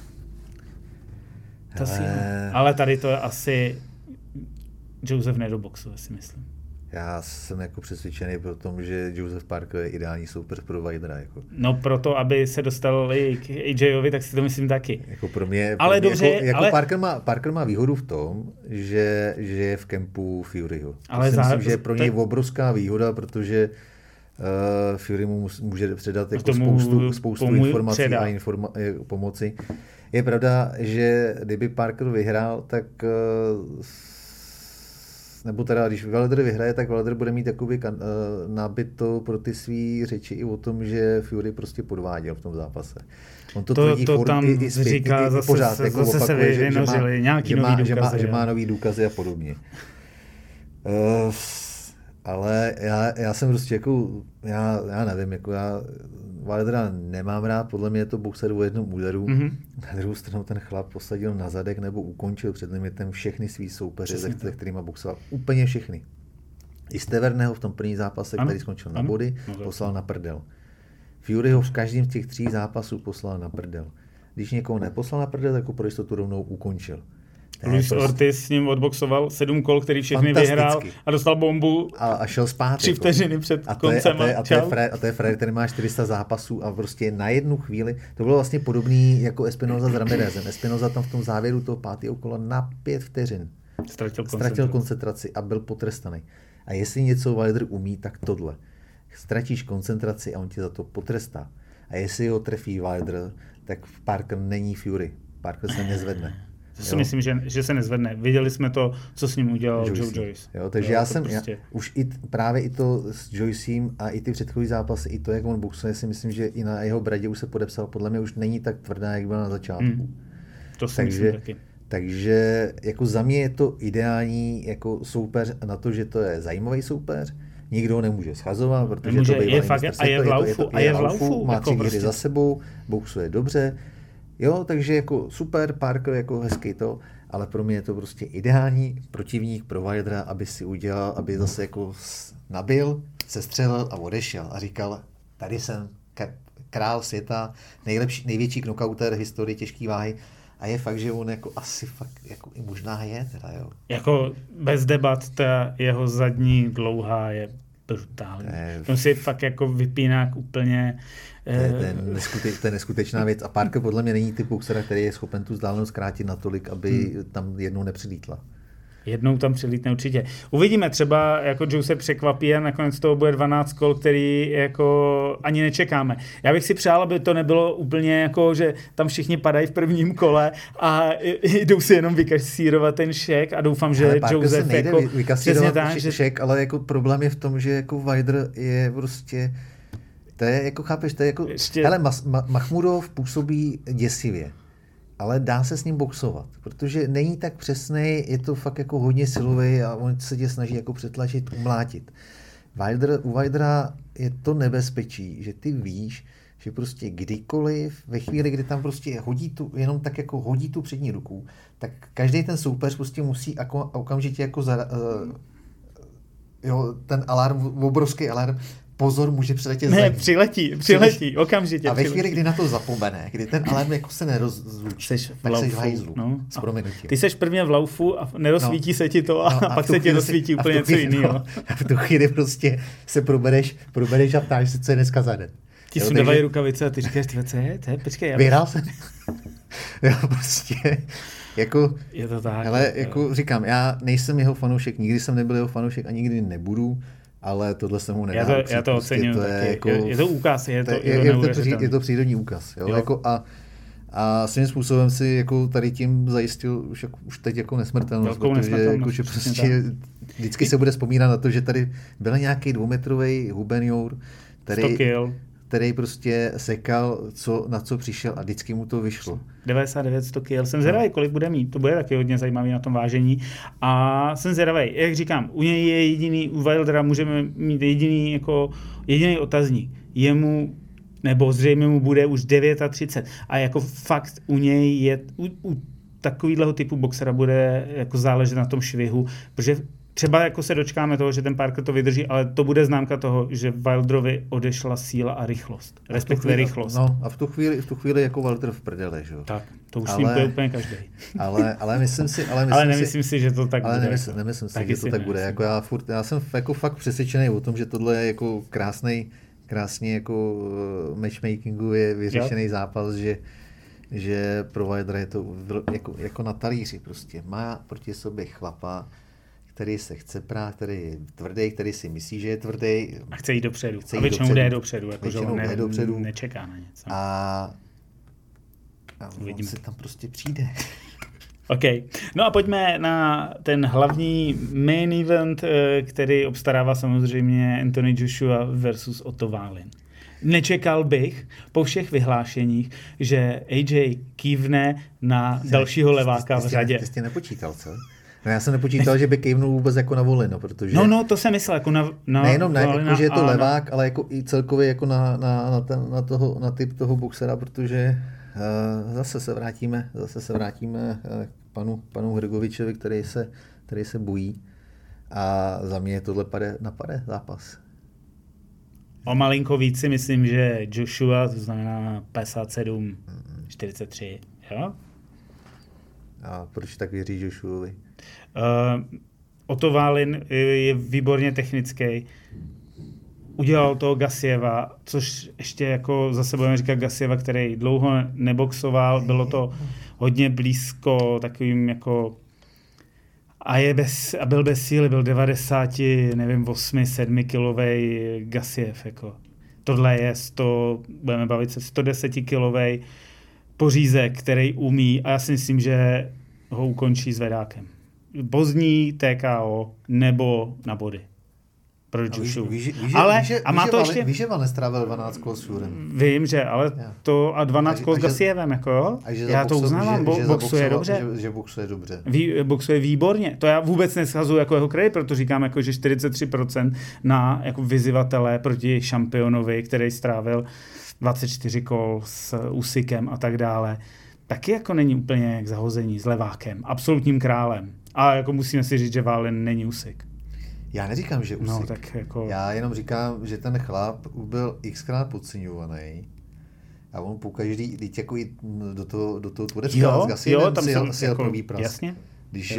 ta síla. Ale tady to je asi Joseph nedoboxuje, si myslím. Já jsem jako přesvědčený pro tom, že Joseph Parker je ideální soupeř pro Wildera. Jako. No proto, aby se dostal i k AJovi, tak si to myslím taky. Jako pro mě, ale dobře, jako Parker má výhodu v tom, že je v kempu Furyho. Ale myslím, že je pro něj obrovská výhoda, protože Fury mu může předat jako spoustu informací a pomoci. Je pravda, že kdyby Parker vyhrál, tak nebo teda, když Wilder vyhraje, tak Wilder bude mít jakoby nabito pro ty svý řeči i o tom, že Fury prostě podváděl v tom zápase. On to tam říká zase, pořád, jako zase se vynořili nějaký nový důkazy. Že má nový důkazy a podobně. Ale já jsem prostě jako, já nevím, jako já Wildera nemám rád, podle mě je to boxer o jednom úderu. Mm-hmm. Na druhou stranu ten chlap posadil na zadek nebo ukončil před limitem všechny svý soupeře, se kterýma boxoval. Úplně všechny. I Steverného v tom první zápase, který skončil na body, poslal na prdel. Fury ho v každém z těch 3 zápasů poslal na prdel. Když někoho neposlal na prdel, tak ho pro jistotu rovnou ukončil. Luis Ortiz s ním odboxoval 7 kol, který všechny vyhrál a dostal bombu a šel zpátky. 3 vteřiny před koncem. A to je Fred, který má 400 zápasů a prostě na jednu chvíli, to bylo vlastně podobný jako Espinoza s Ramirezem. Espinoza tam v tom závěru toho 5. kola na 5 vteřin ztratil koncentraci a byl potrestaný. A jestli něco Wilder umí, tak tohle. Ztratíš koncentraci a on ti za to potrestá. A jestli ho trefí Wilder, tak Parker není Fury. Parker se nezvedne. To si myslím, že se nezvedne. Viděli jsme to, co s ním udělal Joe Joyce. Jo, takže už právě i to s Joycem a i ty předchozí zápasy, i to, jak on boxuje, si myslím, že i na jeho bradě už se podepsal. Podle mě už není tak tvrdá, jak byla na začátku. To si myslím taky. Takže jako za mě je to ideální jako soupeř na to, že to je zajímavý soupeř. Nikdo ho nemůže schazovat, protože to bývalý mistr světa, je v laufu, má 3 hry za sebou, boxuje dobře. Jo, takže jako super, Parker jako hezký to, ale pro mě je to prostě ideální protivník pro Wildera, aby si udělal, aby zase jako nabil, sestřelil a odešel a říkal, tady jsem král světa, největší knockouter historie těžké váhy. A je fakt, že on jako asi fakt jako i možná je teda, jo. Jako bez debat ta jeho zadní dlouhá je brutální. On si fakt jako vypíná úplně. To je neskutečná věc. A Parker podle mě není typ boxera, který je schopen tu vzdálenost zkrátit natolik, aby tam jednou nepřilítla. Jednou tam přilítne určitě. Uvidíme, třeba jako Joe se překvapí a nakonec toho bude 12 kol, který jako ani nečekáme. Já bych si přál, aby to nebylo úplně jako, že tam všichni padají v prvním kole a jdou si jenom vykasírovat ten šek a doufám, že Josef jako přesně tak, šek, ale jako problém je v tom, že jako Vajder je prostě, to je jako, chápeš, to je jako, hele, Mahmudov působí děsivě. Ale dá se s ním boxovat, protože není tak přesný, je to fakt jako hodně silový a on se tě snaží jako přetlačit, umlátit. U Vajdera je to nebezpečí, že ty víš, že prostě kdykoliv, ve chvíli, kdy tam prostě jenom tak jako hodí tu přední ruku, tak každý ten soupeř prostě musí okamžitě jako ten alarm, obrovský alarm, pozor, může přiletět ne, přiletí, okamžitě. A ve chvíli, kdy na to zapomene, kdy ten alarm jako se nerozlučí, tak seš v hajzlu, s prominutím. Ty seš prvně v laufu a nerozsvítí se ti to a pak se ti rozsvítí úplně něco jiného. A v tu chvíli prostě se probereš a ptáš se, co je dneska za den. Ti sundávají rukavice a ty říkáš, co je? Počkej. Vyhrál jsem. Jo, prostě, jako, je to tak. Hele, jako říkám, já nejsem jeho fanoušek, nikdy jsem nebyl jeho fanoušek a nikdy nebudu. Ale tohle se mu nedá. Já to ocením. To je, jako, je to úkaz. Je to přírodní úkaz. Jo? Jako a svým způsobem si jako tady tím zajistil už teď jako nesmrtelnost. Protože prostě vždycky se bude vzpomínat na to, že tady byl nějaký 2metrový Huben Jour, který prostě sekal, na co přišel a vždycky mu to vyšlo. 99, 100 kg. Jsem zvědavý, kolik bude mít. To bude taky hodně zajímavý na tom vážení. A jsem zvědavý, jak říkám, u něj je jediný, u Wildera můžeme mít jediný otazník. Jemu, nebo zřejmě mu bude už 39. A jako fakt u něj je, u takovýhleho typu boxera bude jako záležet na tom švihu, protože třeba jako se dočkáme toho, že ten Parker to vydrží, ale to bude známka toho, že Wilderovi odešla síla a rychlost. Respektive rychlost. No a v tu chvíli jako Wilder v prdele, že jo? Tak, to už slímkuje úplně každý. Ale myslím si, nemyslím si, že to tak bude. Nemyslím si, že to tak bude. Jako já jsem jako fakt přesvědčený o tom, že tohle je jako krásný jako matchmakingově vyřešený zápas, že pro Wildera je to jako na talíři prostě. Má proti sobě chlapa, který se chce prát, který je tvrdý, který si myslí, že je tvrdý. A chce jít dopředu. A většinou jde dopředu, jakože on nečeká na něco. A on si tam prostě přijde. OK. No a pojďme na ten hlavní main event, který obstarává samozřejmě Anthony Joshua versus Otto Wallin. Nečekal bych po všech vyhlášeních, že AJ kývne na dalšího leváka v řadě. Ty jsi nepočítal, co? No já jsem nepočítal, že by kejvnul vůbec jako na Volino, protože... No, to jsem myslel, jako na nejenom jako, že je to levák, ale jako i celkově jako na typ toho boxera, protože zase se vrátíme k panu Hrgovičovi, který se bojí a za mě tohle napade zápas. O malinko víc si myslím, že Joshua, to znamená 57, 43, jo? A proč tak věří Joshuovi? Otto Wallin je výborně technický. Udělal toho Gassieva, což ještě jako zase budeme říkat Gassieva, který dlouho neboxoval, bylo to hodně blízko takovým jako a byl bez síly, byl 8-7 kilovej Gassiev. Jako. Tohle je budeme bavit se 110 kilovej pořízek, který umí a já si myslím, že ho ukončí zvedákem. Pozdní TKO nebo na body. Proč Joshua? Víš, že Van nestrávil 12 kol s Jurem. Vím, že, ale to a 12 kol s Gassievem, jako jo? Já to uznávám, boxuje dobře. Že boxuje dobře. Boxuje výborně. To já vůbec neschazuji jako jeho kredit, protože říkám, jako, že 43% na jako vyzývatele proti šampionovi, který strávil 24 kol s Usykem a tak dále. Taky jako není úplně jak zahození s levákem, absolutním králem. A jako musíme si říct, že Wallin není Usyk. Já neříkám, že Usyk. No, tak jako... Já jenom říkám, že ten chlap byl xkrát podceňovaný a on pokaždý, teď jako jít do toho Turecka s Gassievem si jel první pras. Jasně. Když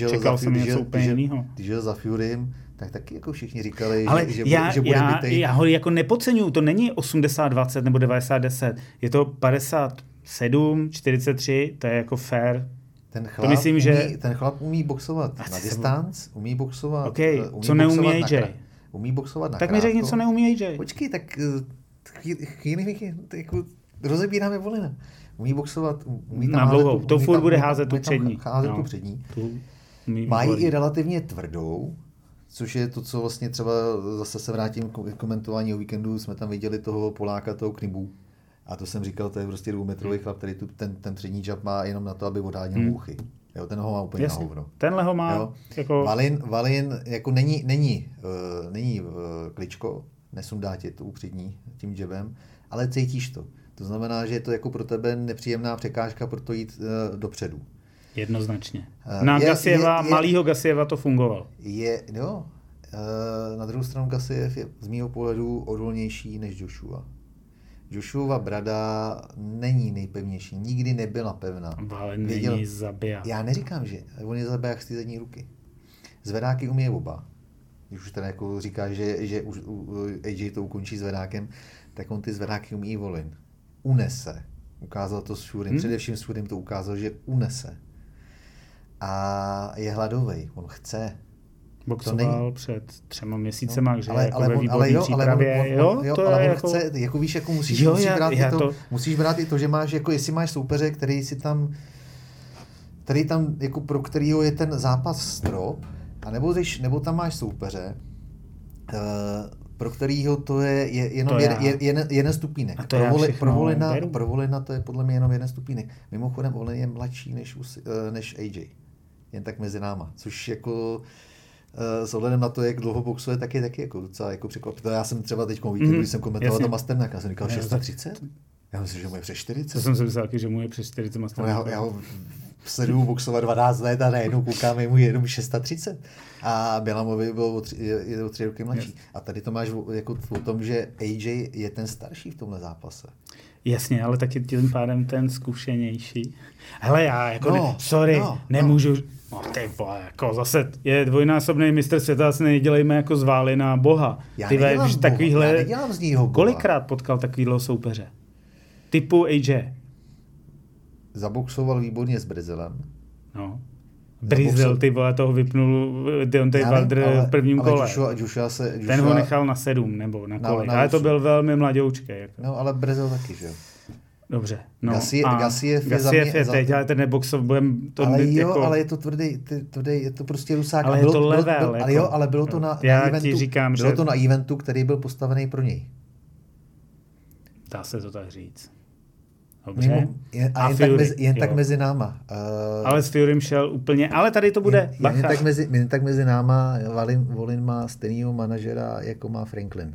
jel za Furym, tak taky jako všichni říkali, že bude bitej. Já ho jako nepodceňuju, to není 80-20 nebo 90-10, je to 57-43, to je jako fair Ten chlap umí boxovat na distanc, umí boxovat, okay. Co neumí AJ? Umí boxovat na tak mi řekni, co neumí AJ. Počkej, tak chvíli, jako rozebíráme Volina. Umí boxovat, umí tam na dlouhou. To furt bude házet tu přední. Házet tu přední. Mají i relativně tvrdou, což je to, co vlastně třeba zase se vrátím k komentování o víkendu, jsme tam viděli toho Poláka, toho Knibu. A to jsem říkal, to je prostě 2metrový chlap, který ten přední jab má jenom na to, aby odháněl úchy. Jo, ten ho má úplně na hovno. Tenhle ho má jako... Valin jako není kličko, nesundá tě tu přední tím jabem, ale cítíš to. To znamená, že je to jako pro tebe nepříjemná překážka pro to jít dopředu. Jednoznačně. Malýho Gassieva to fungovalo. Na druhou stranu Gassiev je z mýho pohledu odolnější než Joshua. Joshua brada není nejpevnější, nikdy nebyla pevná. Ale není zabiják. Já neříkám, že on je zabiják z té zadní ruky. Zvedáky umí oba. Když už teda jako říká, že už AJ to ukončí zvedákem, tak on ty zvedáky umí i Volin. Unese. Ukázal to s Furym, především s Furym to ukázal, že unese. A je hladovej, on chce. Boxoval před 3 měsícema, že jako ve výborné přípravě. Ale on chce, jako víš, jako musíš brát i to, že máš, jako jestli máš soupeře, který tam, jako pro kterýho je ten zápas strop, nebo tam máš soupeře, pro kterýho to je jenom jeden stupínek. Pro Volina to je podle mě jenom jeden stupínek. Mimochodem, Volin je mladší než AJ. Jen tak mezi náma. Což jako s ohledem na to, jak dlouho boxuje, tak je taky jako docela jako překvapivé. Já jsem třeba teď víkendu, když jsem komentoval to Masternaka, já jsem říkal 630. Já myslím, že mu je přes 40. To jsem si myslel, že mu je přes 40 Masternaka. Já ho sleduju boxovat 12 let a najednou koukáme mu jenom 630. A Bělamovi byl o 3 roky mladší. A tady to máš jako o tom, že AJ je ten starší v tomhle zápase. Jasně, ale taky tím pádem ten zkušenější. Hele, já jako nemůžu... No ty vole, jako zase je dvojnásobný mistr světa, asi nedělejme jako z Valina boha. Já nedělám z něho boha. Kolikrát potkal takovýhle soupeře? Typu AJ. Zaboxoval výborně s Brezelem. No. Brezel, ty vole, toho vypnul Deontay Wilder v prvním kole. Ten ho nechal na 7 nebo na kolik. Ale to byl velmi mladoučkej. Jako. No, ale Brezel taky, že jo. Dobře. No, Gassiev je teď, ale ten neboxov budem... Ale je to tvrdý, je to prostě Rusák. Ale je to level. Ale bylo to na eventu, který byl postavený pro něj. Dá se to tak říct. Dobře. Jen tak mezi náma. Ale s Furym šel úplně, ale tady to bude jen tak mezi náma Volin má stejného manažera, jako má Franklin.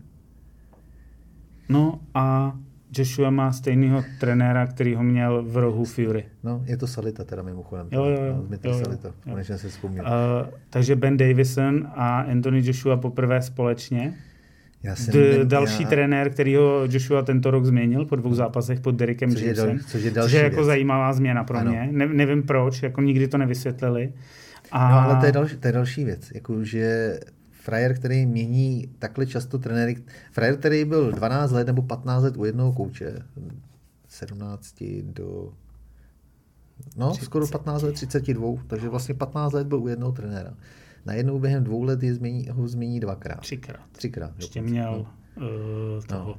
No a Joshua má stejného trenéra, který ho měl v rohu Fury. No, je to Salita teda mimochodem. Jo. Salita, konečně se vzpomněl. Takže Ben Davison a Anthony Joshua poprvé společně. Další trenér, kterýho Joshua tento rok změnil po 2 zápasech pod Derrickem Jamesem. Což je jako zajímavá změna pro mě. Nevím proč, jako nikdy to nevysvětlili. No, ale to je další věc. Jakože frajer, který mění takhle často trenéry. Frajer, který byl 12 let nebo 15 let u jednoho kouče. 17 do... No, 30. Skoro 15 let, 32. Takže vlastně 15 let byl u jednoho trenéra. Najednou během 2 let ho změní 2krát. 3krát. Ještě měl toho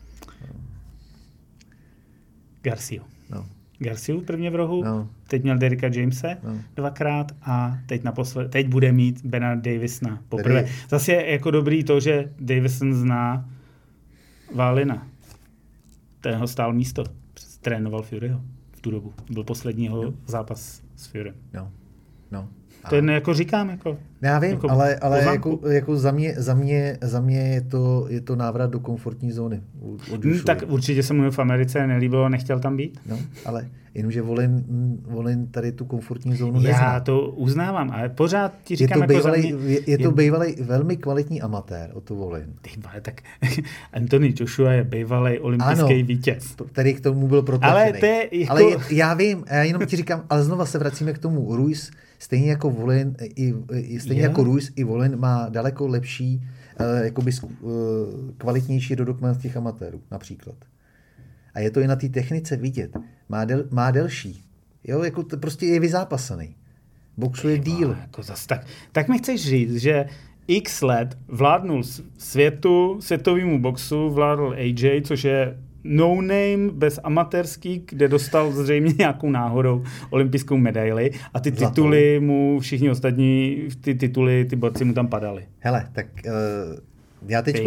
Garciu. No. Garciu prvně v rohu, teď měl Derricka Jamese 2krát a teď bude mít Bena Davisona poprvé. Zase je jako dobrý to, že Davison zná Valina. Ten ho stál místo. Trénoval Furyho v tu dobu. Byl posledního zápas s Furym. No. To je jako říkám. Jako, já vím, jako ale jako za mě je to návrat do komfortní zóny. Tak určitě se mu v Americe nelíbilo, nechtěl tam být. No, ale jenomže Volin tady tu komfortní zónu nezná. Já to uznávám, ale pořád ti říkám je to bývalý velmi kvalitní amatér, o to Volin. Tak Anthony Joshua je bývalý olympijský vítěz. Který k tomu byl protlačený. Ale já vím, já jenom ti říkám, ale znova se vracíme k tomu. Ruiz, stejně jako Volin, jako Ruiz i Volin má daleko lepší, kvalitnější rodokmen z těch amatérů, například. A je to i na té technice vidět. Má delší Jo, jako to prostě je vyzápasený. Boxuje díl. Jako tak mi chceš říct, že x let vládnul světovému boxu, vládl AJ, což je no name, bez amatérský, kde dostal zřejmě nějakou náhodou olympijskou medaili a ty tituly mu, všichni ostatní, ty borci mu tam padaly. Hele, tak já teď,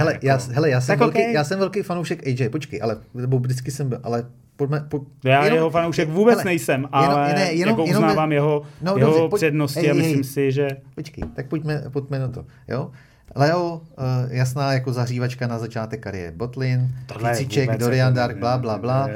já jsem velký fanoušek AJ, počkej, ale, nebo vždycky jsem byl, ale já jeho fanoušek vůbec nejsem, ale jako uznávám jeho přednosti a myslím si, že... Počkej, tak pojďme na to, jo? Leo, jasná jako zahřívačka na začátek kariéry. Botlin, Píciček, Dorian Dark, blá.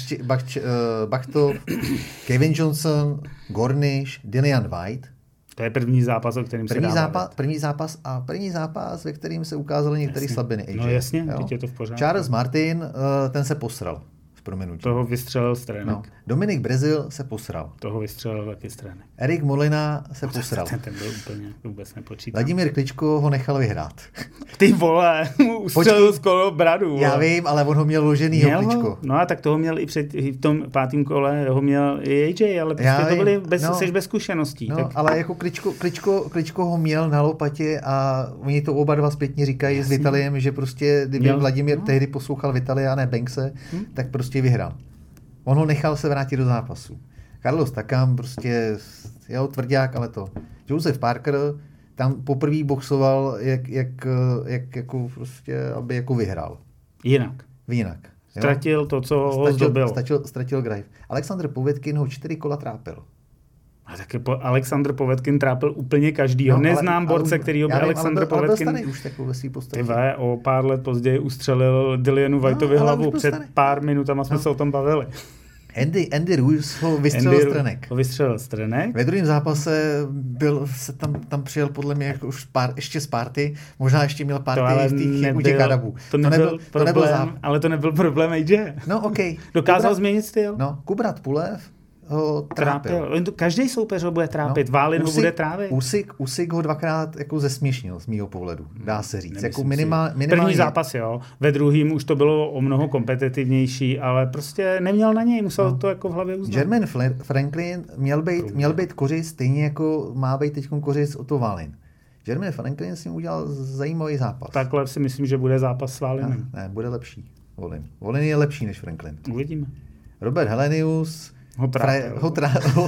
Bachtov, Kevin Johnson, Gornish, Dillian White. To je první zápas, o kterém se dá první zápas, ve kterým se ukázaly některé slabiny AJ. No jasně, teď je to v pořádku. Charles Martin, ten se posral. Prominutí. Toho vystřelil z trének. No. Dominik Brazil se posral. Toho vystřelil taky z trének. Erik Molina se posral. Ten byl úplně vůbec nepočítám. Vladimír Kličko ho nechal vyhrát. Ty vole, mu ustřelil skoro bradu. Já vím, ale on ho měl loženýho Kličko. No a tak toho měl i v tom 5. kole, ho měl i AJ, ale prostě to byly bez zkušeností. No, tak... ale jako Kličko ho měl na lopatě a oni to oba dva zpětně říkají s Vitaliem, že prostě kdyby Vladimír tehdy poslouchal Vitalia a ne Banks, tak prostě vyhrál. On ho nechal se vrátit do zápasu. Carlos Takam prostě, tvrdák, ale to. Joseph Parker tam poprvé boxoval, jak jako prostě, aby jako vyhrál. Jinak. Ztratil to, co ho zdobilo. Ztratil Graif. Alexander Povetkin ho 4 kola trápil. A taky Alexander Povetkin trápil úplně každýho. No, neznám borce, kterýho by Alexander Povetkin... Ale byl už takovou ve svý podstatě. O pár let později ustřelil Dillianu Whiteovi hlavu. Před pár minutama jsme se o tom bavili. Andy Ruiz ho vystřelil z trenek. Ve druhém zápase tam přijel podle mě jako už ještě z party. Možná ještě měl party u těch Arabů. To nebyl problém, ale to nebyl problém AJ. No okej. Dokázal změnit styl. No, Kubrat Pulev ho trápil. Každý soupeř ho bude trápit. Válin ho bude trávit. Usyk ho 2krát jako zesměšnil z mýho pohledu. Dá se říct. Jako minimálně. První zápas, jo. Ve druhém už to bylo o mnoho kompetitivnější, ale prostě neměl na něj. Musel to jako v hlavě uznat. Jermaine Franklin měl být kořist, stejně jako má být teď kořist o to Válin. Jermaine Franklin si udělal zajímavý zápas. Takhle si myslím, že bude zápas s Válinem. Ne, bude lepší. Volin je lepší než Franklin. Uvidíme. Robert Helenius ho trápil.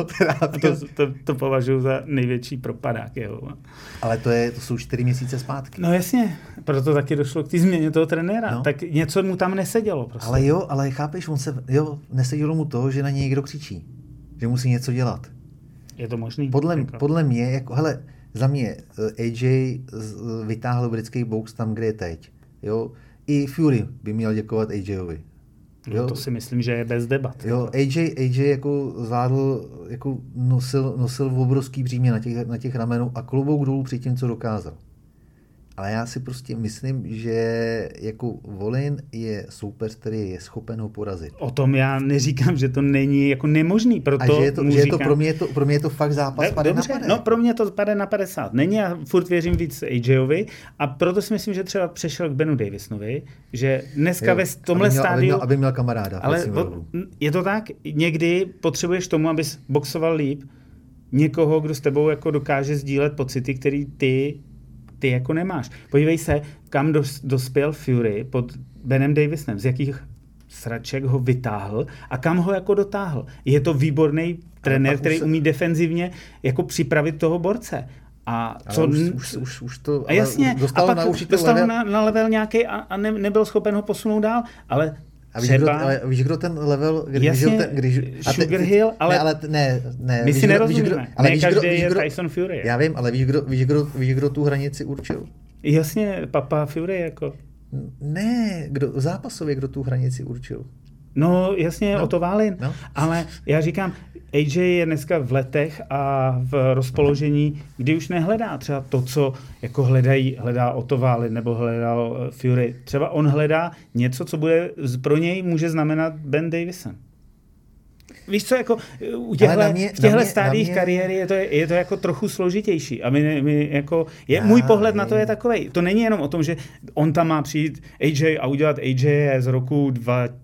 To považuji za největší propadák jeho. Ale to jsou 4 měsíce zpátky. No jasně, proto taky došlo k té změně toho trenéra. No. Tak něco mu tam nesedělo. Prostě. Ale chápeš, nesedělo mu to, že na něj někdo křičí. Že musí něco dělat. Je to možný? Podle mě, za mě AJ vytáhl britský box tam, kde je teď. Jo? I Fury by měl děkovat AJovi. No, to si myslím, že je bez debat. Jo, AJ jako zvládl, jako nosil v obrovský břímě na těch ramenů a klobouk dolů před tím, co dokázal. Ale já si prostě myslím, že jako Volin je soupeř, který je schopen ho porazit. O tom já neříkám, že to není jako nemožný. Proto a pro mě je to fakt zápas pade na pade. No pro mě to pade na 50. Není, já furt věřím víc AJovi a proto si myslím, že třeba přešel k Benu Davisovi, že dneska ve tomhle stádiu... Aby měl kamaráda. Ale je to tak, někdy potřebuješ tomu, abys boxoval líp, někoho, kdo s tebou jako dokáže sdílet pocity, který ty jako nemáš. Podívej se, kam dospěl Fury pod Benem Davisem, z jakých sraček ho vytáhl a kam ho jako dotáhl. Je to výborný trenér, který umí defenzivně jako připravit toho borce. A co už to a jasně, dostal a pak dostal na level nějaký a nebyl schopen ho posunout dál, ale víš, kdo ten level... Sugar Hill, ale... Ne. My si nerozumíme. Ne každý je Tyson Fury. Já vím, ale víš, kdo tu hranici určil? Jasně, Papa Fury jako... Ne, zápasově kdo tu hranici určil? No jasně, Otto Wallin. No. Ale já říkám, AJ je dneska v letech a v rozpoložení, kdy už nehledá třeba to, co jako hledá Otto Wallin nebo hledal Fury. Třeba on hledá něco, co bude pro něj může znamenat Ben Davison. víš co, jako v těchto stádiích kariéry je to jako trochu složitější. A můj pohled na to je takovej. To není jenom o tom, že on tam má přijít AJ a udělat AJ z roku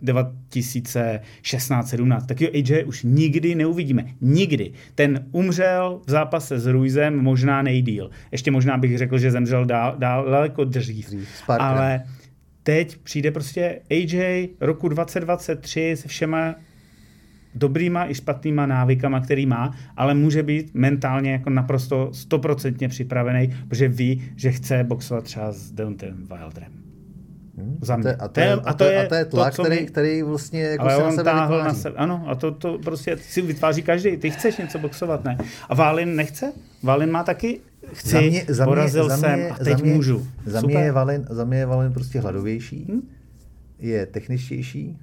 2016-17. Takového AJ už nikdy neuvidíme. Nikdy. Ten umřel v zápase s Ruizem možná nejdýl. Ještě možná bych řekl, že zemřel daleko dřív. Ale teď přijde prostě AJ roku 2023 se všema dobrýma i špatnýma návykama, který má, ale může být mentálně jako naprosto 100% připravený, protože ví, že chce boxovat třeba s Deontayem Wilderem. A to je tlak, který vlastně jako ale on táhl na sebe. Ano, a to prostě si vytváří každý. Ty chceš něco boxovat, ne? A Wallin nechce? Wallin má taky porazil jsem a teď můžu. Za mě je Wallin prostě hladovější, je techničtější,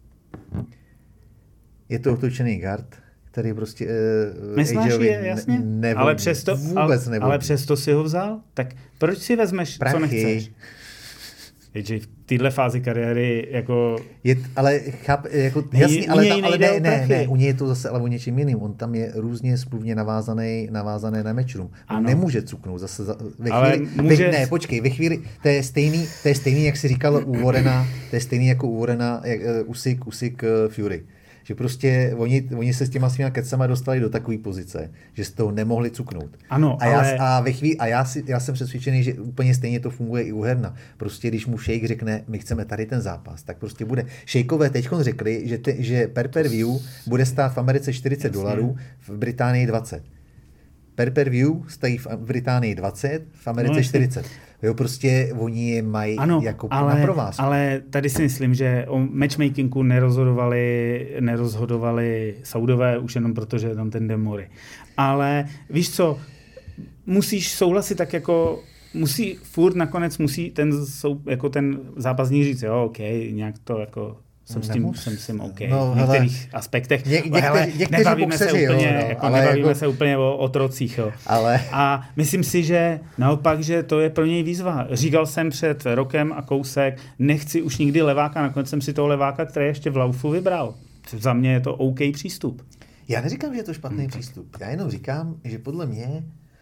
je to otočený guard, který prostě jasně, ale přesto si ho vzal, tak proč si vezmeš, co nechceš? AJ v téhle fázi kariéry jako... Jasně, ne, u něj je to zase ale o něčím jiným. On tam je různě smluvně navázaný na matchroom. On nemůže cuknout zase ve chvíli, to je stejný, jak jsi říkal u Warrena, to je stejný jako u Warrena, Usyk Fury. Že prostě oni se s těma svýma kecama dostali do takové pozice, že z toho nemohli cuknout. Ano, já jsem přesvědčený, že úplně stejně to funguje i u herna. Prostě když mu šejk řekne, my chceme tady ten zápas, tak prostě bude. Šejkové teďkon řekli, že per view bude stát v Americe $40, v Británii 20. Per view stojí v Británii 20, v Americe 40. Jo, prostě oni je mají jako na provázku. Ale tady si myslím, že o matchmakingu nerozhodovali Saudové už jenom proto, že je tam ten Demori. Ale víš co, musíš souhlasit tak jako nakonec musí ten zápasník říct, jo, OK, nějak to jako jsem s tím OK. V některých aspektech. Nebavíme se úplně o otrocích. Jo. A myslím si, že naopak, že to je pro něj výzva. Říkal jsem před rokem a kousek, nechci už nikdy leváka, nakonec jsem si toho leváka, který ještě v laufu vybral. Za mě je to OK přístup. Já neříkám, že je to špatný přístup. Já jenom říkám, že podle mě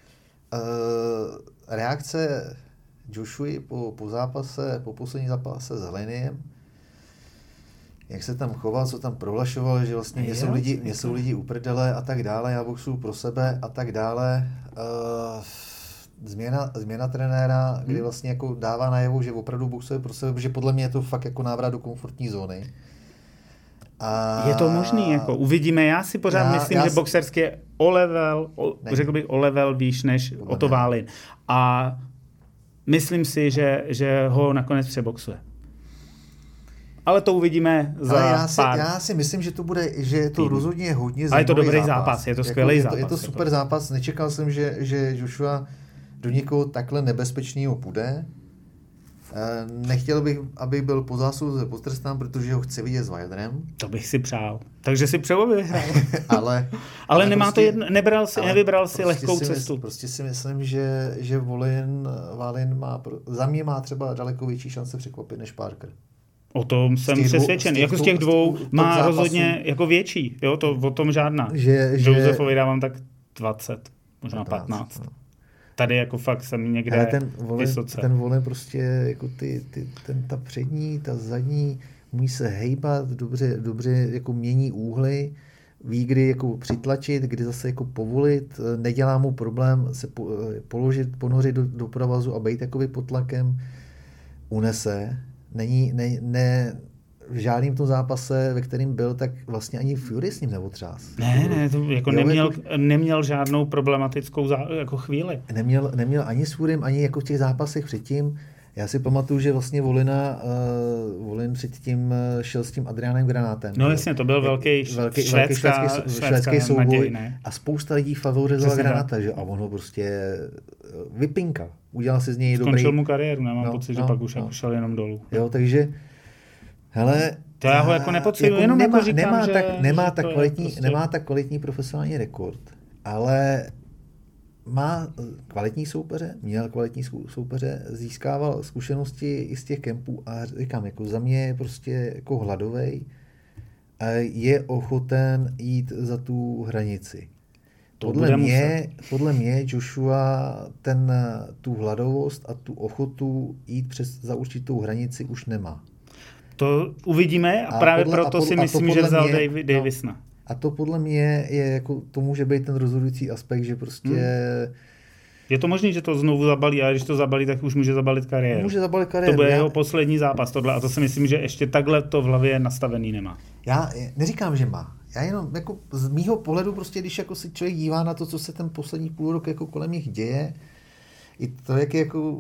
reakce Joshuy po zápase, po poslední zápase s Heleniem, jak se tam choval, co tam prohlašoval, že vlastně mě jsou lidi u prdele a tak dále, já boxuju pro sebe a tak dále. Změna trenéra, kdy vlastně jako dává najevo, že opravdu boxuje pro sebe, protože podle mě je to fakt jako návrat do komfortní zóny. Je to možný, jako uvidíme. Já si pořád myslím, že boxersky je řekl bych o level výš než Otto Wallin. A myslím si, že ho nakonec přeboxuje. Ale to uvidíme za pár. Já si myslím, že je to rozhodně hodně zajímavý zápas. A je to dobrý zápas, je to skvělý zápas. Je to super zápas. Nečekal jsem, že Joshua do někoho takhle nebezpečného půjde. Nechtěl bych, aby byl po zásluze potrestán, protože ho chce vidět s Wilderem. To bych si přál. Takže si přeju, aby vyhrál. ale nemá prostě, to nevybral si lehkou cestu. Prostě si myslím, že Wallin za mě má třeba daleko větší šance překvapit než Parker. O tom jsem přesvědčen. Jako z těch dvou má rozhodně jako větší. Jo, to o tom žádná. Josefovi dávám tak 20, možná 15. No. Tady jako fakt jsem někde vysoce. Ten Wallin prostě jako ta přední, ta zadní, umí se hejbat, dobře jako mění úhly, ví, kdy jako přitlačit, kdy zase jako povolit, nedělá mu problém se ponořit do provazu a být takový pod tlakem, unese. V žádném tom zápase, ve kterém byl, tak vlastně ani Fury s ním neotřás. Ne, to jako neměl žádnou problematickou jako chvíli. Neměl ani s Furym, ani jako v těch zápasech předtím. Já si pamatuju, že vlastně Wallin předtím šel s tím Adrianem Granátem. No jasně, to byl velký švédský souboj a spousta lidí favorizovala Granáta, že? A on ho prostě vypinkal. Udělal si z něj dobrý... Skončil mu kariéru, nemám pocit, že pak už šel jenom dolů. Jo, takže hele... To já ho jako nepodceňuji, jenom jako říkám, nemá tak kvalitní profesionální rekord, ale má kvalitní soupeře, měl kvalitní soupeře, získával zkušenosti i z těch kempů a říkám, jako za mě je prostě jako hladovej je ochoten jít za tu hranici. Podle mě Joshua tu hladovost a tu ochotu jít za určitou hranici už nemá. To uvidíme a právě proto si myslím, že vzal Davisna. No, a to podle mě je jako, to může být ten rozhodující aspekt, že prostě... Je to možné, že to znovu zabalí, ale když to zabalí, tak už může zabalit kariéru. Může zabalit kariéru. To bude jeho poslední zápas tohle a to si myslím, že ještě takhle to v hlavě nastavený nemá. Já neříkám, že má. Já jenom jako z mýho pohledu prostě, když jako si člověk dívá na to, co se ten poslední půl rok jako kolem nich děje, i to, jak je jako...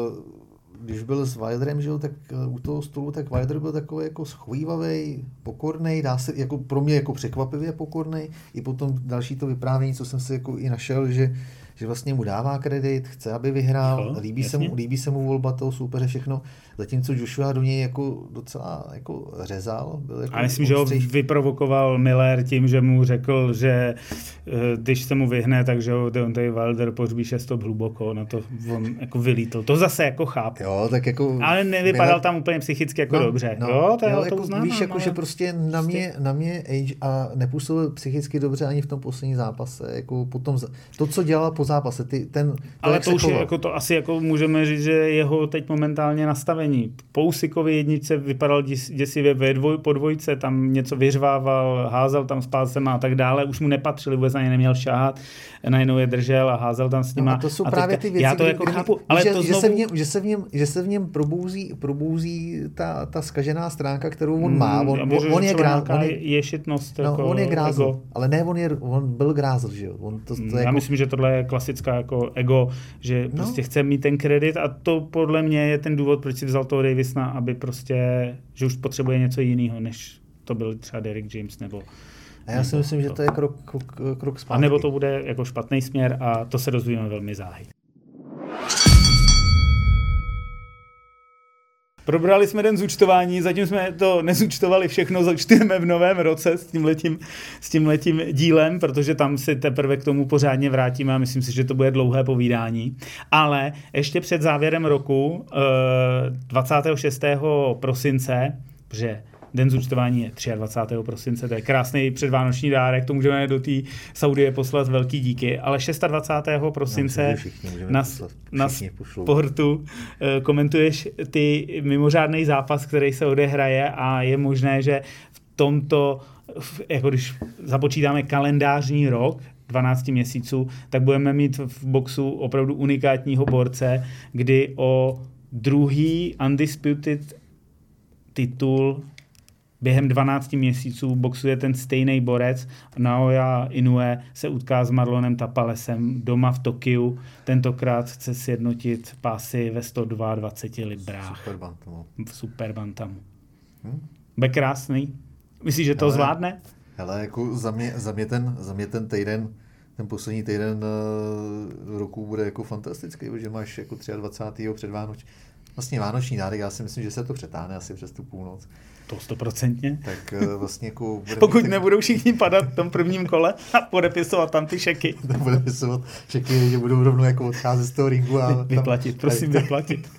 Když byl s Wilderem, že jo, tak u toho stolu, tak Wilder byl takový jako schovívavý, pokornej, dá se jako pro mě jako překvapivě pokornej. I potom další to vyprávění, co jsem si jako i našel, že vlastně mu dává kredit, chce, aby vyhrál, líbí se mu volba toho soupeře, všechno. Zatímco Joshua do něj jako docela jako řezal. Byl jako a myslím, že ho vyprovokoval Miller tím, že mu řekl, že když se mu vyhne, takže ho Deontay Wilder pohřbí 6 stop hluboko, na to on jako vylítl. To zase jako chápu. Jo, tak jako... Ale nevypadal tam úplně psychicky jako dobře. To jako, uznám. Víš, jako, že prostě na mě Age a nepůsobil psychicky dobře ani v tom posledním zápase. Jako potom, to, co dělal po zápase. Ale to už je, jako to asi jako můžeme říct, že jeho teď momentálně nastavení. Po Usykově jedničce vypadal děsivě po dvojce, tam něco vyřvával, házel tam s palcema a tak dále, už mu nepatřili, vůbec na ně neměl šáhat, najednou je držel a házel tam s nima. No a to jsou právě ty věci, já to jako chápu, ale to znovu... že se v něm probouzí ta zkažená stránka, kterou on má. On je ješitnost. On je grázl, ale ne, on byl grázl, že jo. Já jako... myslím, že tohle je klasická jako ego, že prostě chce mít ten kredit a to podle mě je ten důvod, proč si vzal toho Davisna, aby prostě, že už potřebuje něco jiného, než to byl třeba Derrick James nebo... A já si myslím, že to je krok zpátky. A nebo to bude jako špatný směr a to se dozvíme velmi záhy. Probrali jsme den zúčtování, zatím jsme to nezúčtovali všechno, zúčtujeme v novém roce s tímhletím dílem, protože tam si teprve k tomu pořádně vrátíme a myslím si, že to bude dlouhé povídání. Ale ještě před závěrem roku, 26. prosince, protože den zúčtování je 23. prosince, to je krásný předvánoční dárek, to můžeme do té Saudie poslat velký díky, ale 26. prosince na Sportu komentuješ ty mimořádný zápas, který se odehraje a je možné, že v tomto, jako když započítáme kalendářní rok, 12 měsíců, tak budeme mít v boxu opravdu unikátního borce, kdy o druhý undisputed titul během 12 měsíců boxuje ten stejný borec. Naoya Inoue se utká s Marlonem Tapalesem doma v Tokiu. Tentokrát chce sjednotit pásy ve 122 librách. Super bantamu. Bude krásný. Myslíš, že to zvládne? Hele, jako za mě ten týden, ten poslední týden roku bude jako fantastický, že máš jako 23. předvánoč. Vlastně vánoční dárek, já si myslím, že se to přetáhne asi přes tu půlnoc. To 100%. Tak vlastně jako... Pokud nebudou všichni padat v tom prvním kole a podepisovat tam ty šeky. Podepisovat šeky, že budou rovnou jako odcházet z toho ringu a... Vyplatit, prosím, vyplatit.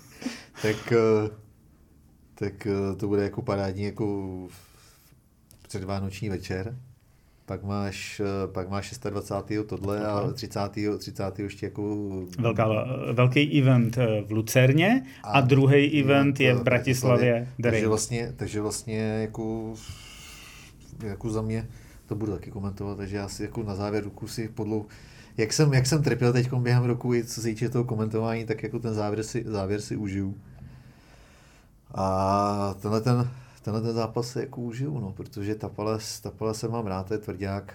Tak to bude jako parádní jako předvánoční večer. Pak máš 26. tohle a 30. ještě jako... Velký event v Lucerně a druhý event je v Bratislavě. Takže vlastně jako za mě to budu taky komentovat, takže já si jako na závěr roku si jak jsem trpěl teď během roku, i co se týče toho komentování, tak jako ten závěr si užiju. A tenhle ten zápas se jako užiju, no, protože Tapales se mám rád, to je tvrdák.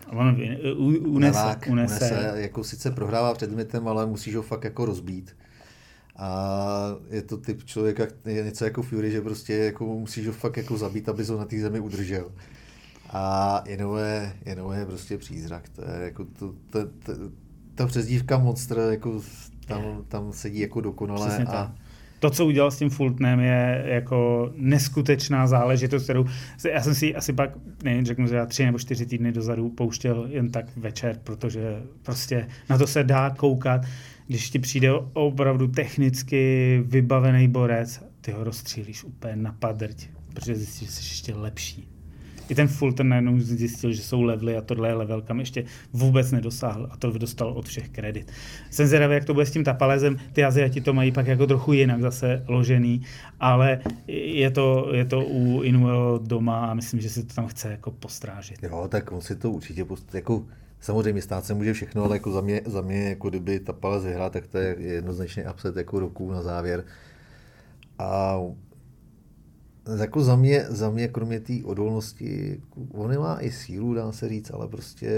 Unese, jako sice prohrává před limitem, ale musíš ho fakt jako rozbít. A je to typ člověka, je něco jako Fury, že prostě jako musíš ho fakt jako zabít, aby ho na té zemi udržel. A Inoue je prostě přízrak. To je jako ta přezdívka Monster, jako tam sedí jako dokonale. To, co udělal s tím Fultonem, je jako neskutečná záležitost, kterou já jsem si asi pak, nevím, řeknu, že 3 nebo 4 týdny dozadu pouštěl jen tak večer, protože prostě na to se dá koukat, když ti přijde opravdu technicky vybavený borec, ty ho rozstřílíš úplně na padrť, protože zjistíš, že jsi ještě lepší. i ten Fulton najednou zjistil, že jsou levely a tohle je level, kam ještě vůbec nedosáhl a to dostal od všech kredit. Jsem zvědavý, jak to bude s tím Tapalezem, ty Aziati to mají pak jako trochu jinak zase ložený, ale je to u Inoueho doma a myslím, že si to tam chce jako postrážit. Jo, tak on si to určitě jako samozřejmě stát se může všechno, ale jako za mě jako kdyby Tapalez vyhrál, tak to je jednoznačně upset jako roku na závěr. A jako za mě kromě té odolnosti, on nemá i sílu, dá se říct, ale prostě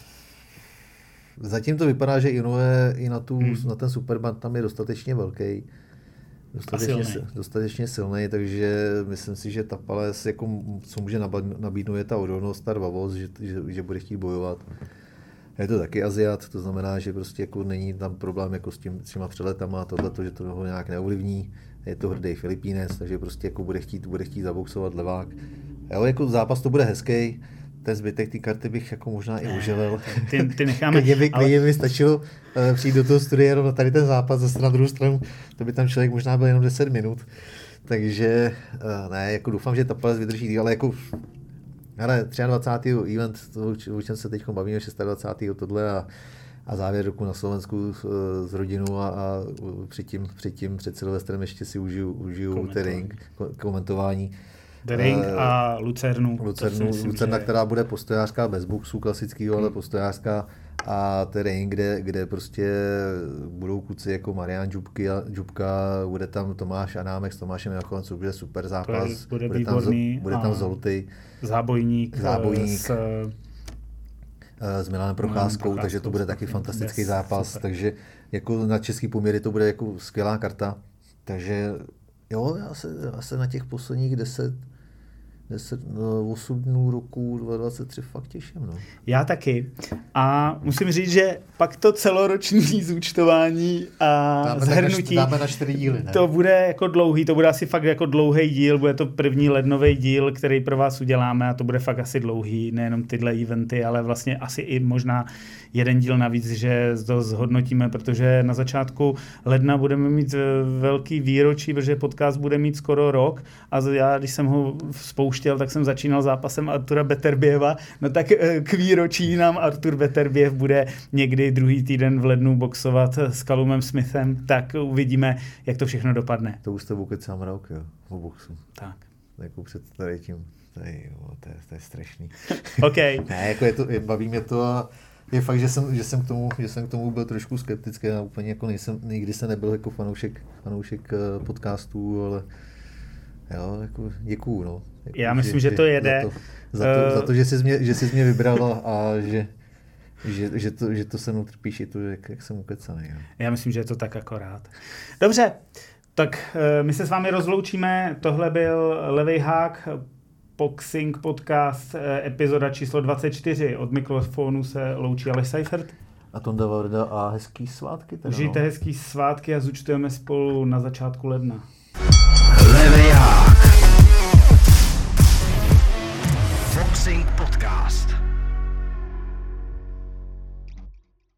zatím to vypadá, že Inoue i na ten Superband tam je dostatečně velký, dostatečně silný, takže myslím si, že Tapalez, jako, co může nabídnout, je ta odolnost, ta rvavost, že bude chtít bojovat. Je to taky Aziat, to znamená, že prostě jako není tam problém jako s těma přeletama a tohleto, že to ho nějak neovlivní. Je to hrdý Filipínec, takže prostě jako bude chtít zaboxovat levák. Jo, jako zápas to bude hezký, ten zbytek té karty bych jako možná i užilil. Ty necháme. Klidně by stačilo přijít do toho studia jenom na tady ten zápas, zase na druhou stranu, to by tam člověk možná byl jenom 10 minut. Takže ne, jako doufám, že Tapalez vydrží, ale jako ale 23. event, o čem se teď bavíme, 26. tohle a závěr roku na Slovensku s rodinou a před Silvestrem ještě si užiju The Ring, komentování. The Ring a Lucernu. Lucerna, která bude postojářská bez boxu klasického, ale postojářská a The Ring, kde prostě budou kluci jako Marián Džubka, bude tam Tomáš Adámek s Tomášem Jachovem, co bude super zápas. Bude tam Zolty. Zábojník. S Milanem Procházkou, takže to bude taky fantastický zápas, super. Takže jako na český poměry to bude jako skvělá karta, takže jo, já se na těch posledních 8 dnů roku 2023 fakt těším. No. Já taky. A musím říct, že pak to celoroční zúčtování a zhrnutí, dáme na 4 díly, ne? To bude jako dlouhý, to bude asi fakt jako dlouhý díl, bude to první lednový díl, který pro vás uděláme a to bude fakt asi dlouhý, nejenom tyhle eventy, ale vlastně asi i možná jeden díl navíc, že to zhodnotíme, protože na začátku ledna budeme mít velký výročí, protože podcast bude mít skoro rok a já, když jsem ho spouštěl, tak jsem začínal zápasem Artura Beterbieva, no tak k výročí nám Artur Beterbiev bude někdy druhý týden v lednu boxovat s Callumem Smithem, tak uvidíme, jak to všechno dopadne. To už to bude sám rok, jo, o boxu. Tak. Jako před tady tím, to je strašný. OK. Ne, jako baví mě to a je fakt, že jsem k tomu byl trošku skeptický a úplně jako nikdy jsem nebyl jako fanoušek podcastů, ale jo, jako děkuju, no. Jako, já myslím, že to jede. Za to, že jsi mě vybral a že to se mnou trpíš i to, jak jsem ukecaný. Jo. Já myslím, že je to tak akorát. Dobře, tak my se s vámi rozloučíme. Tohle byl Levej hák, Boxing podcast, epizoda číslo 24. Od mikrofonu se loučí Aleš Seifert. A Tonda Varda a hezký svátky. Žijte hezký svátky a zúčtujeme spolu na začátku ledna. Levej hák. Boxing podcast.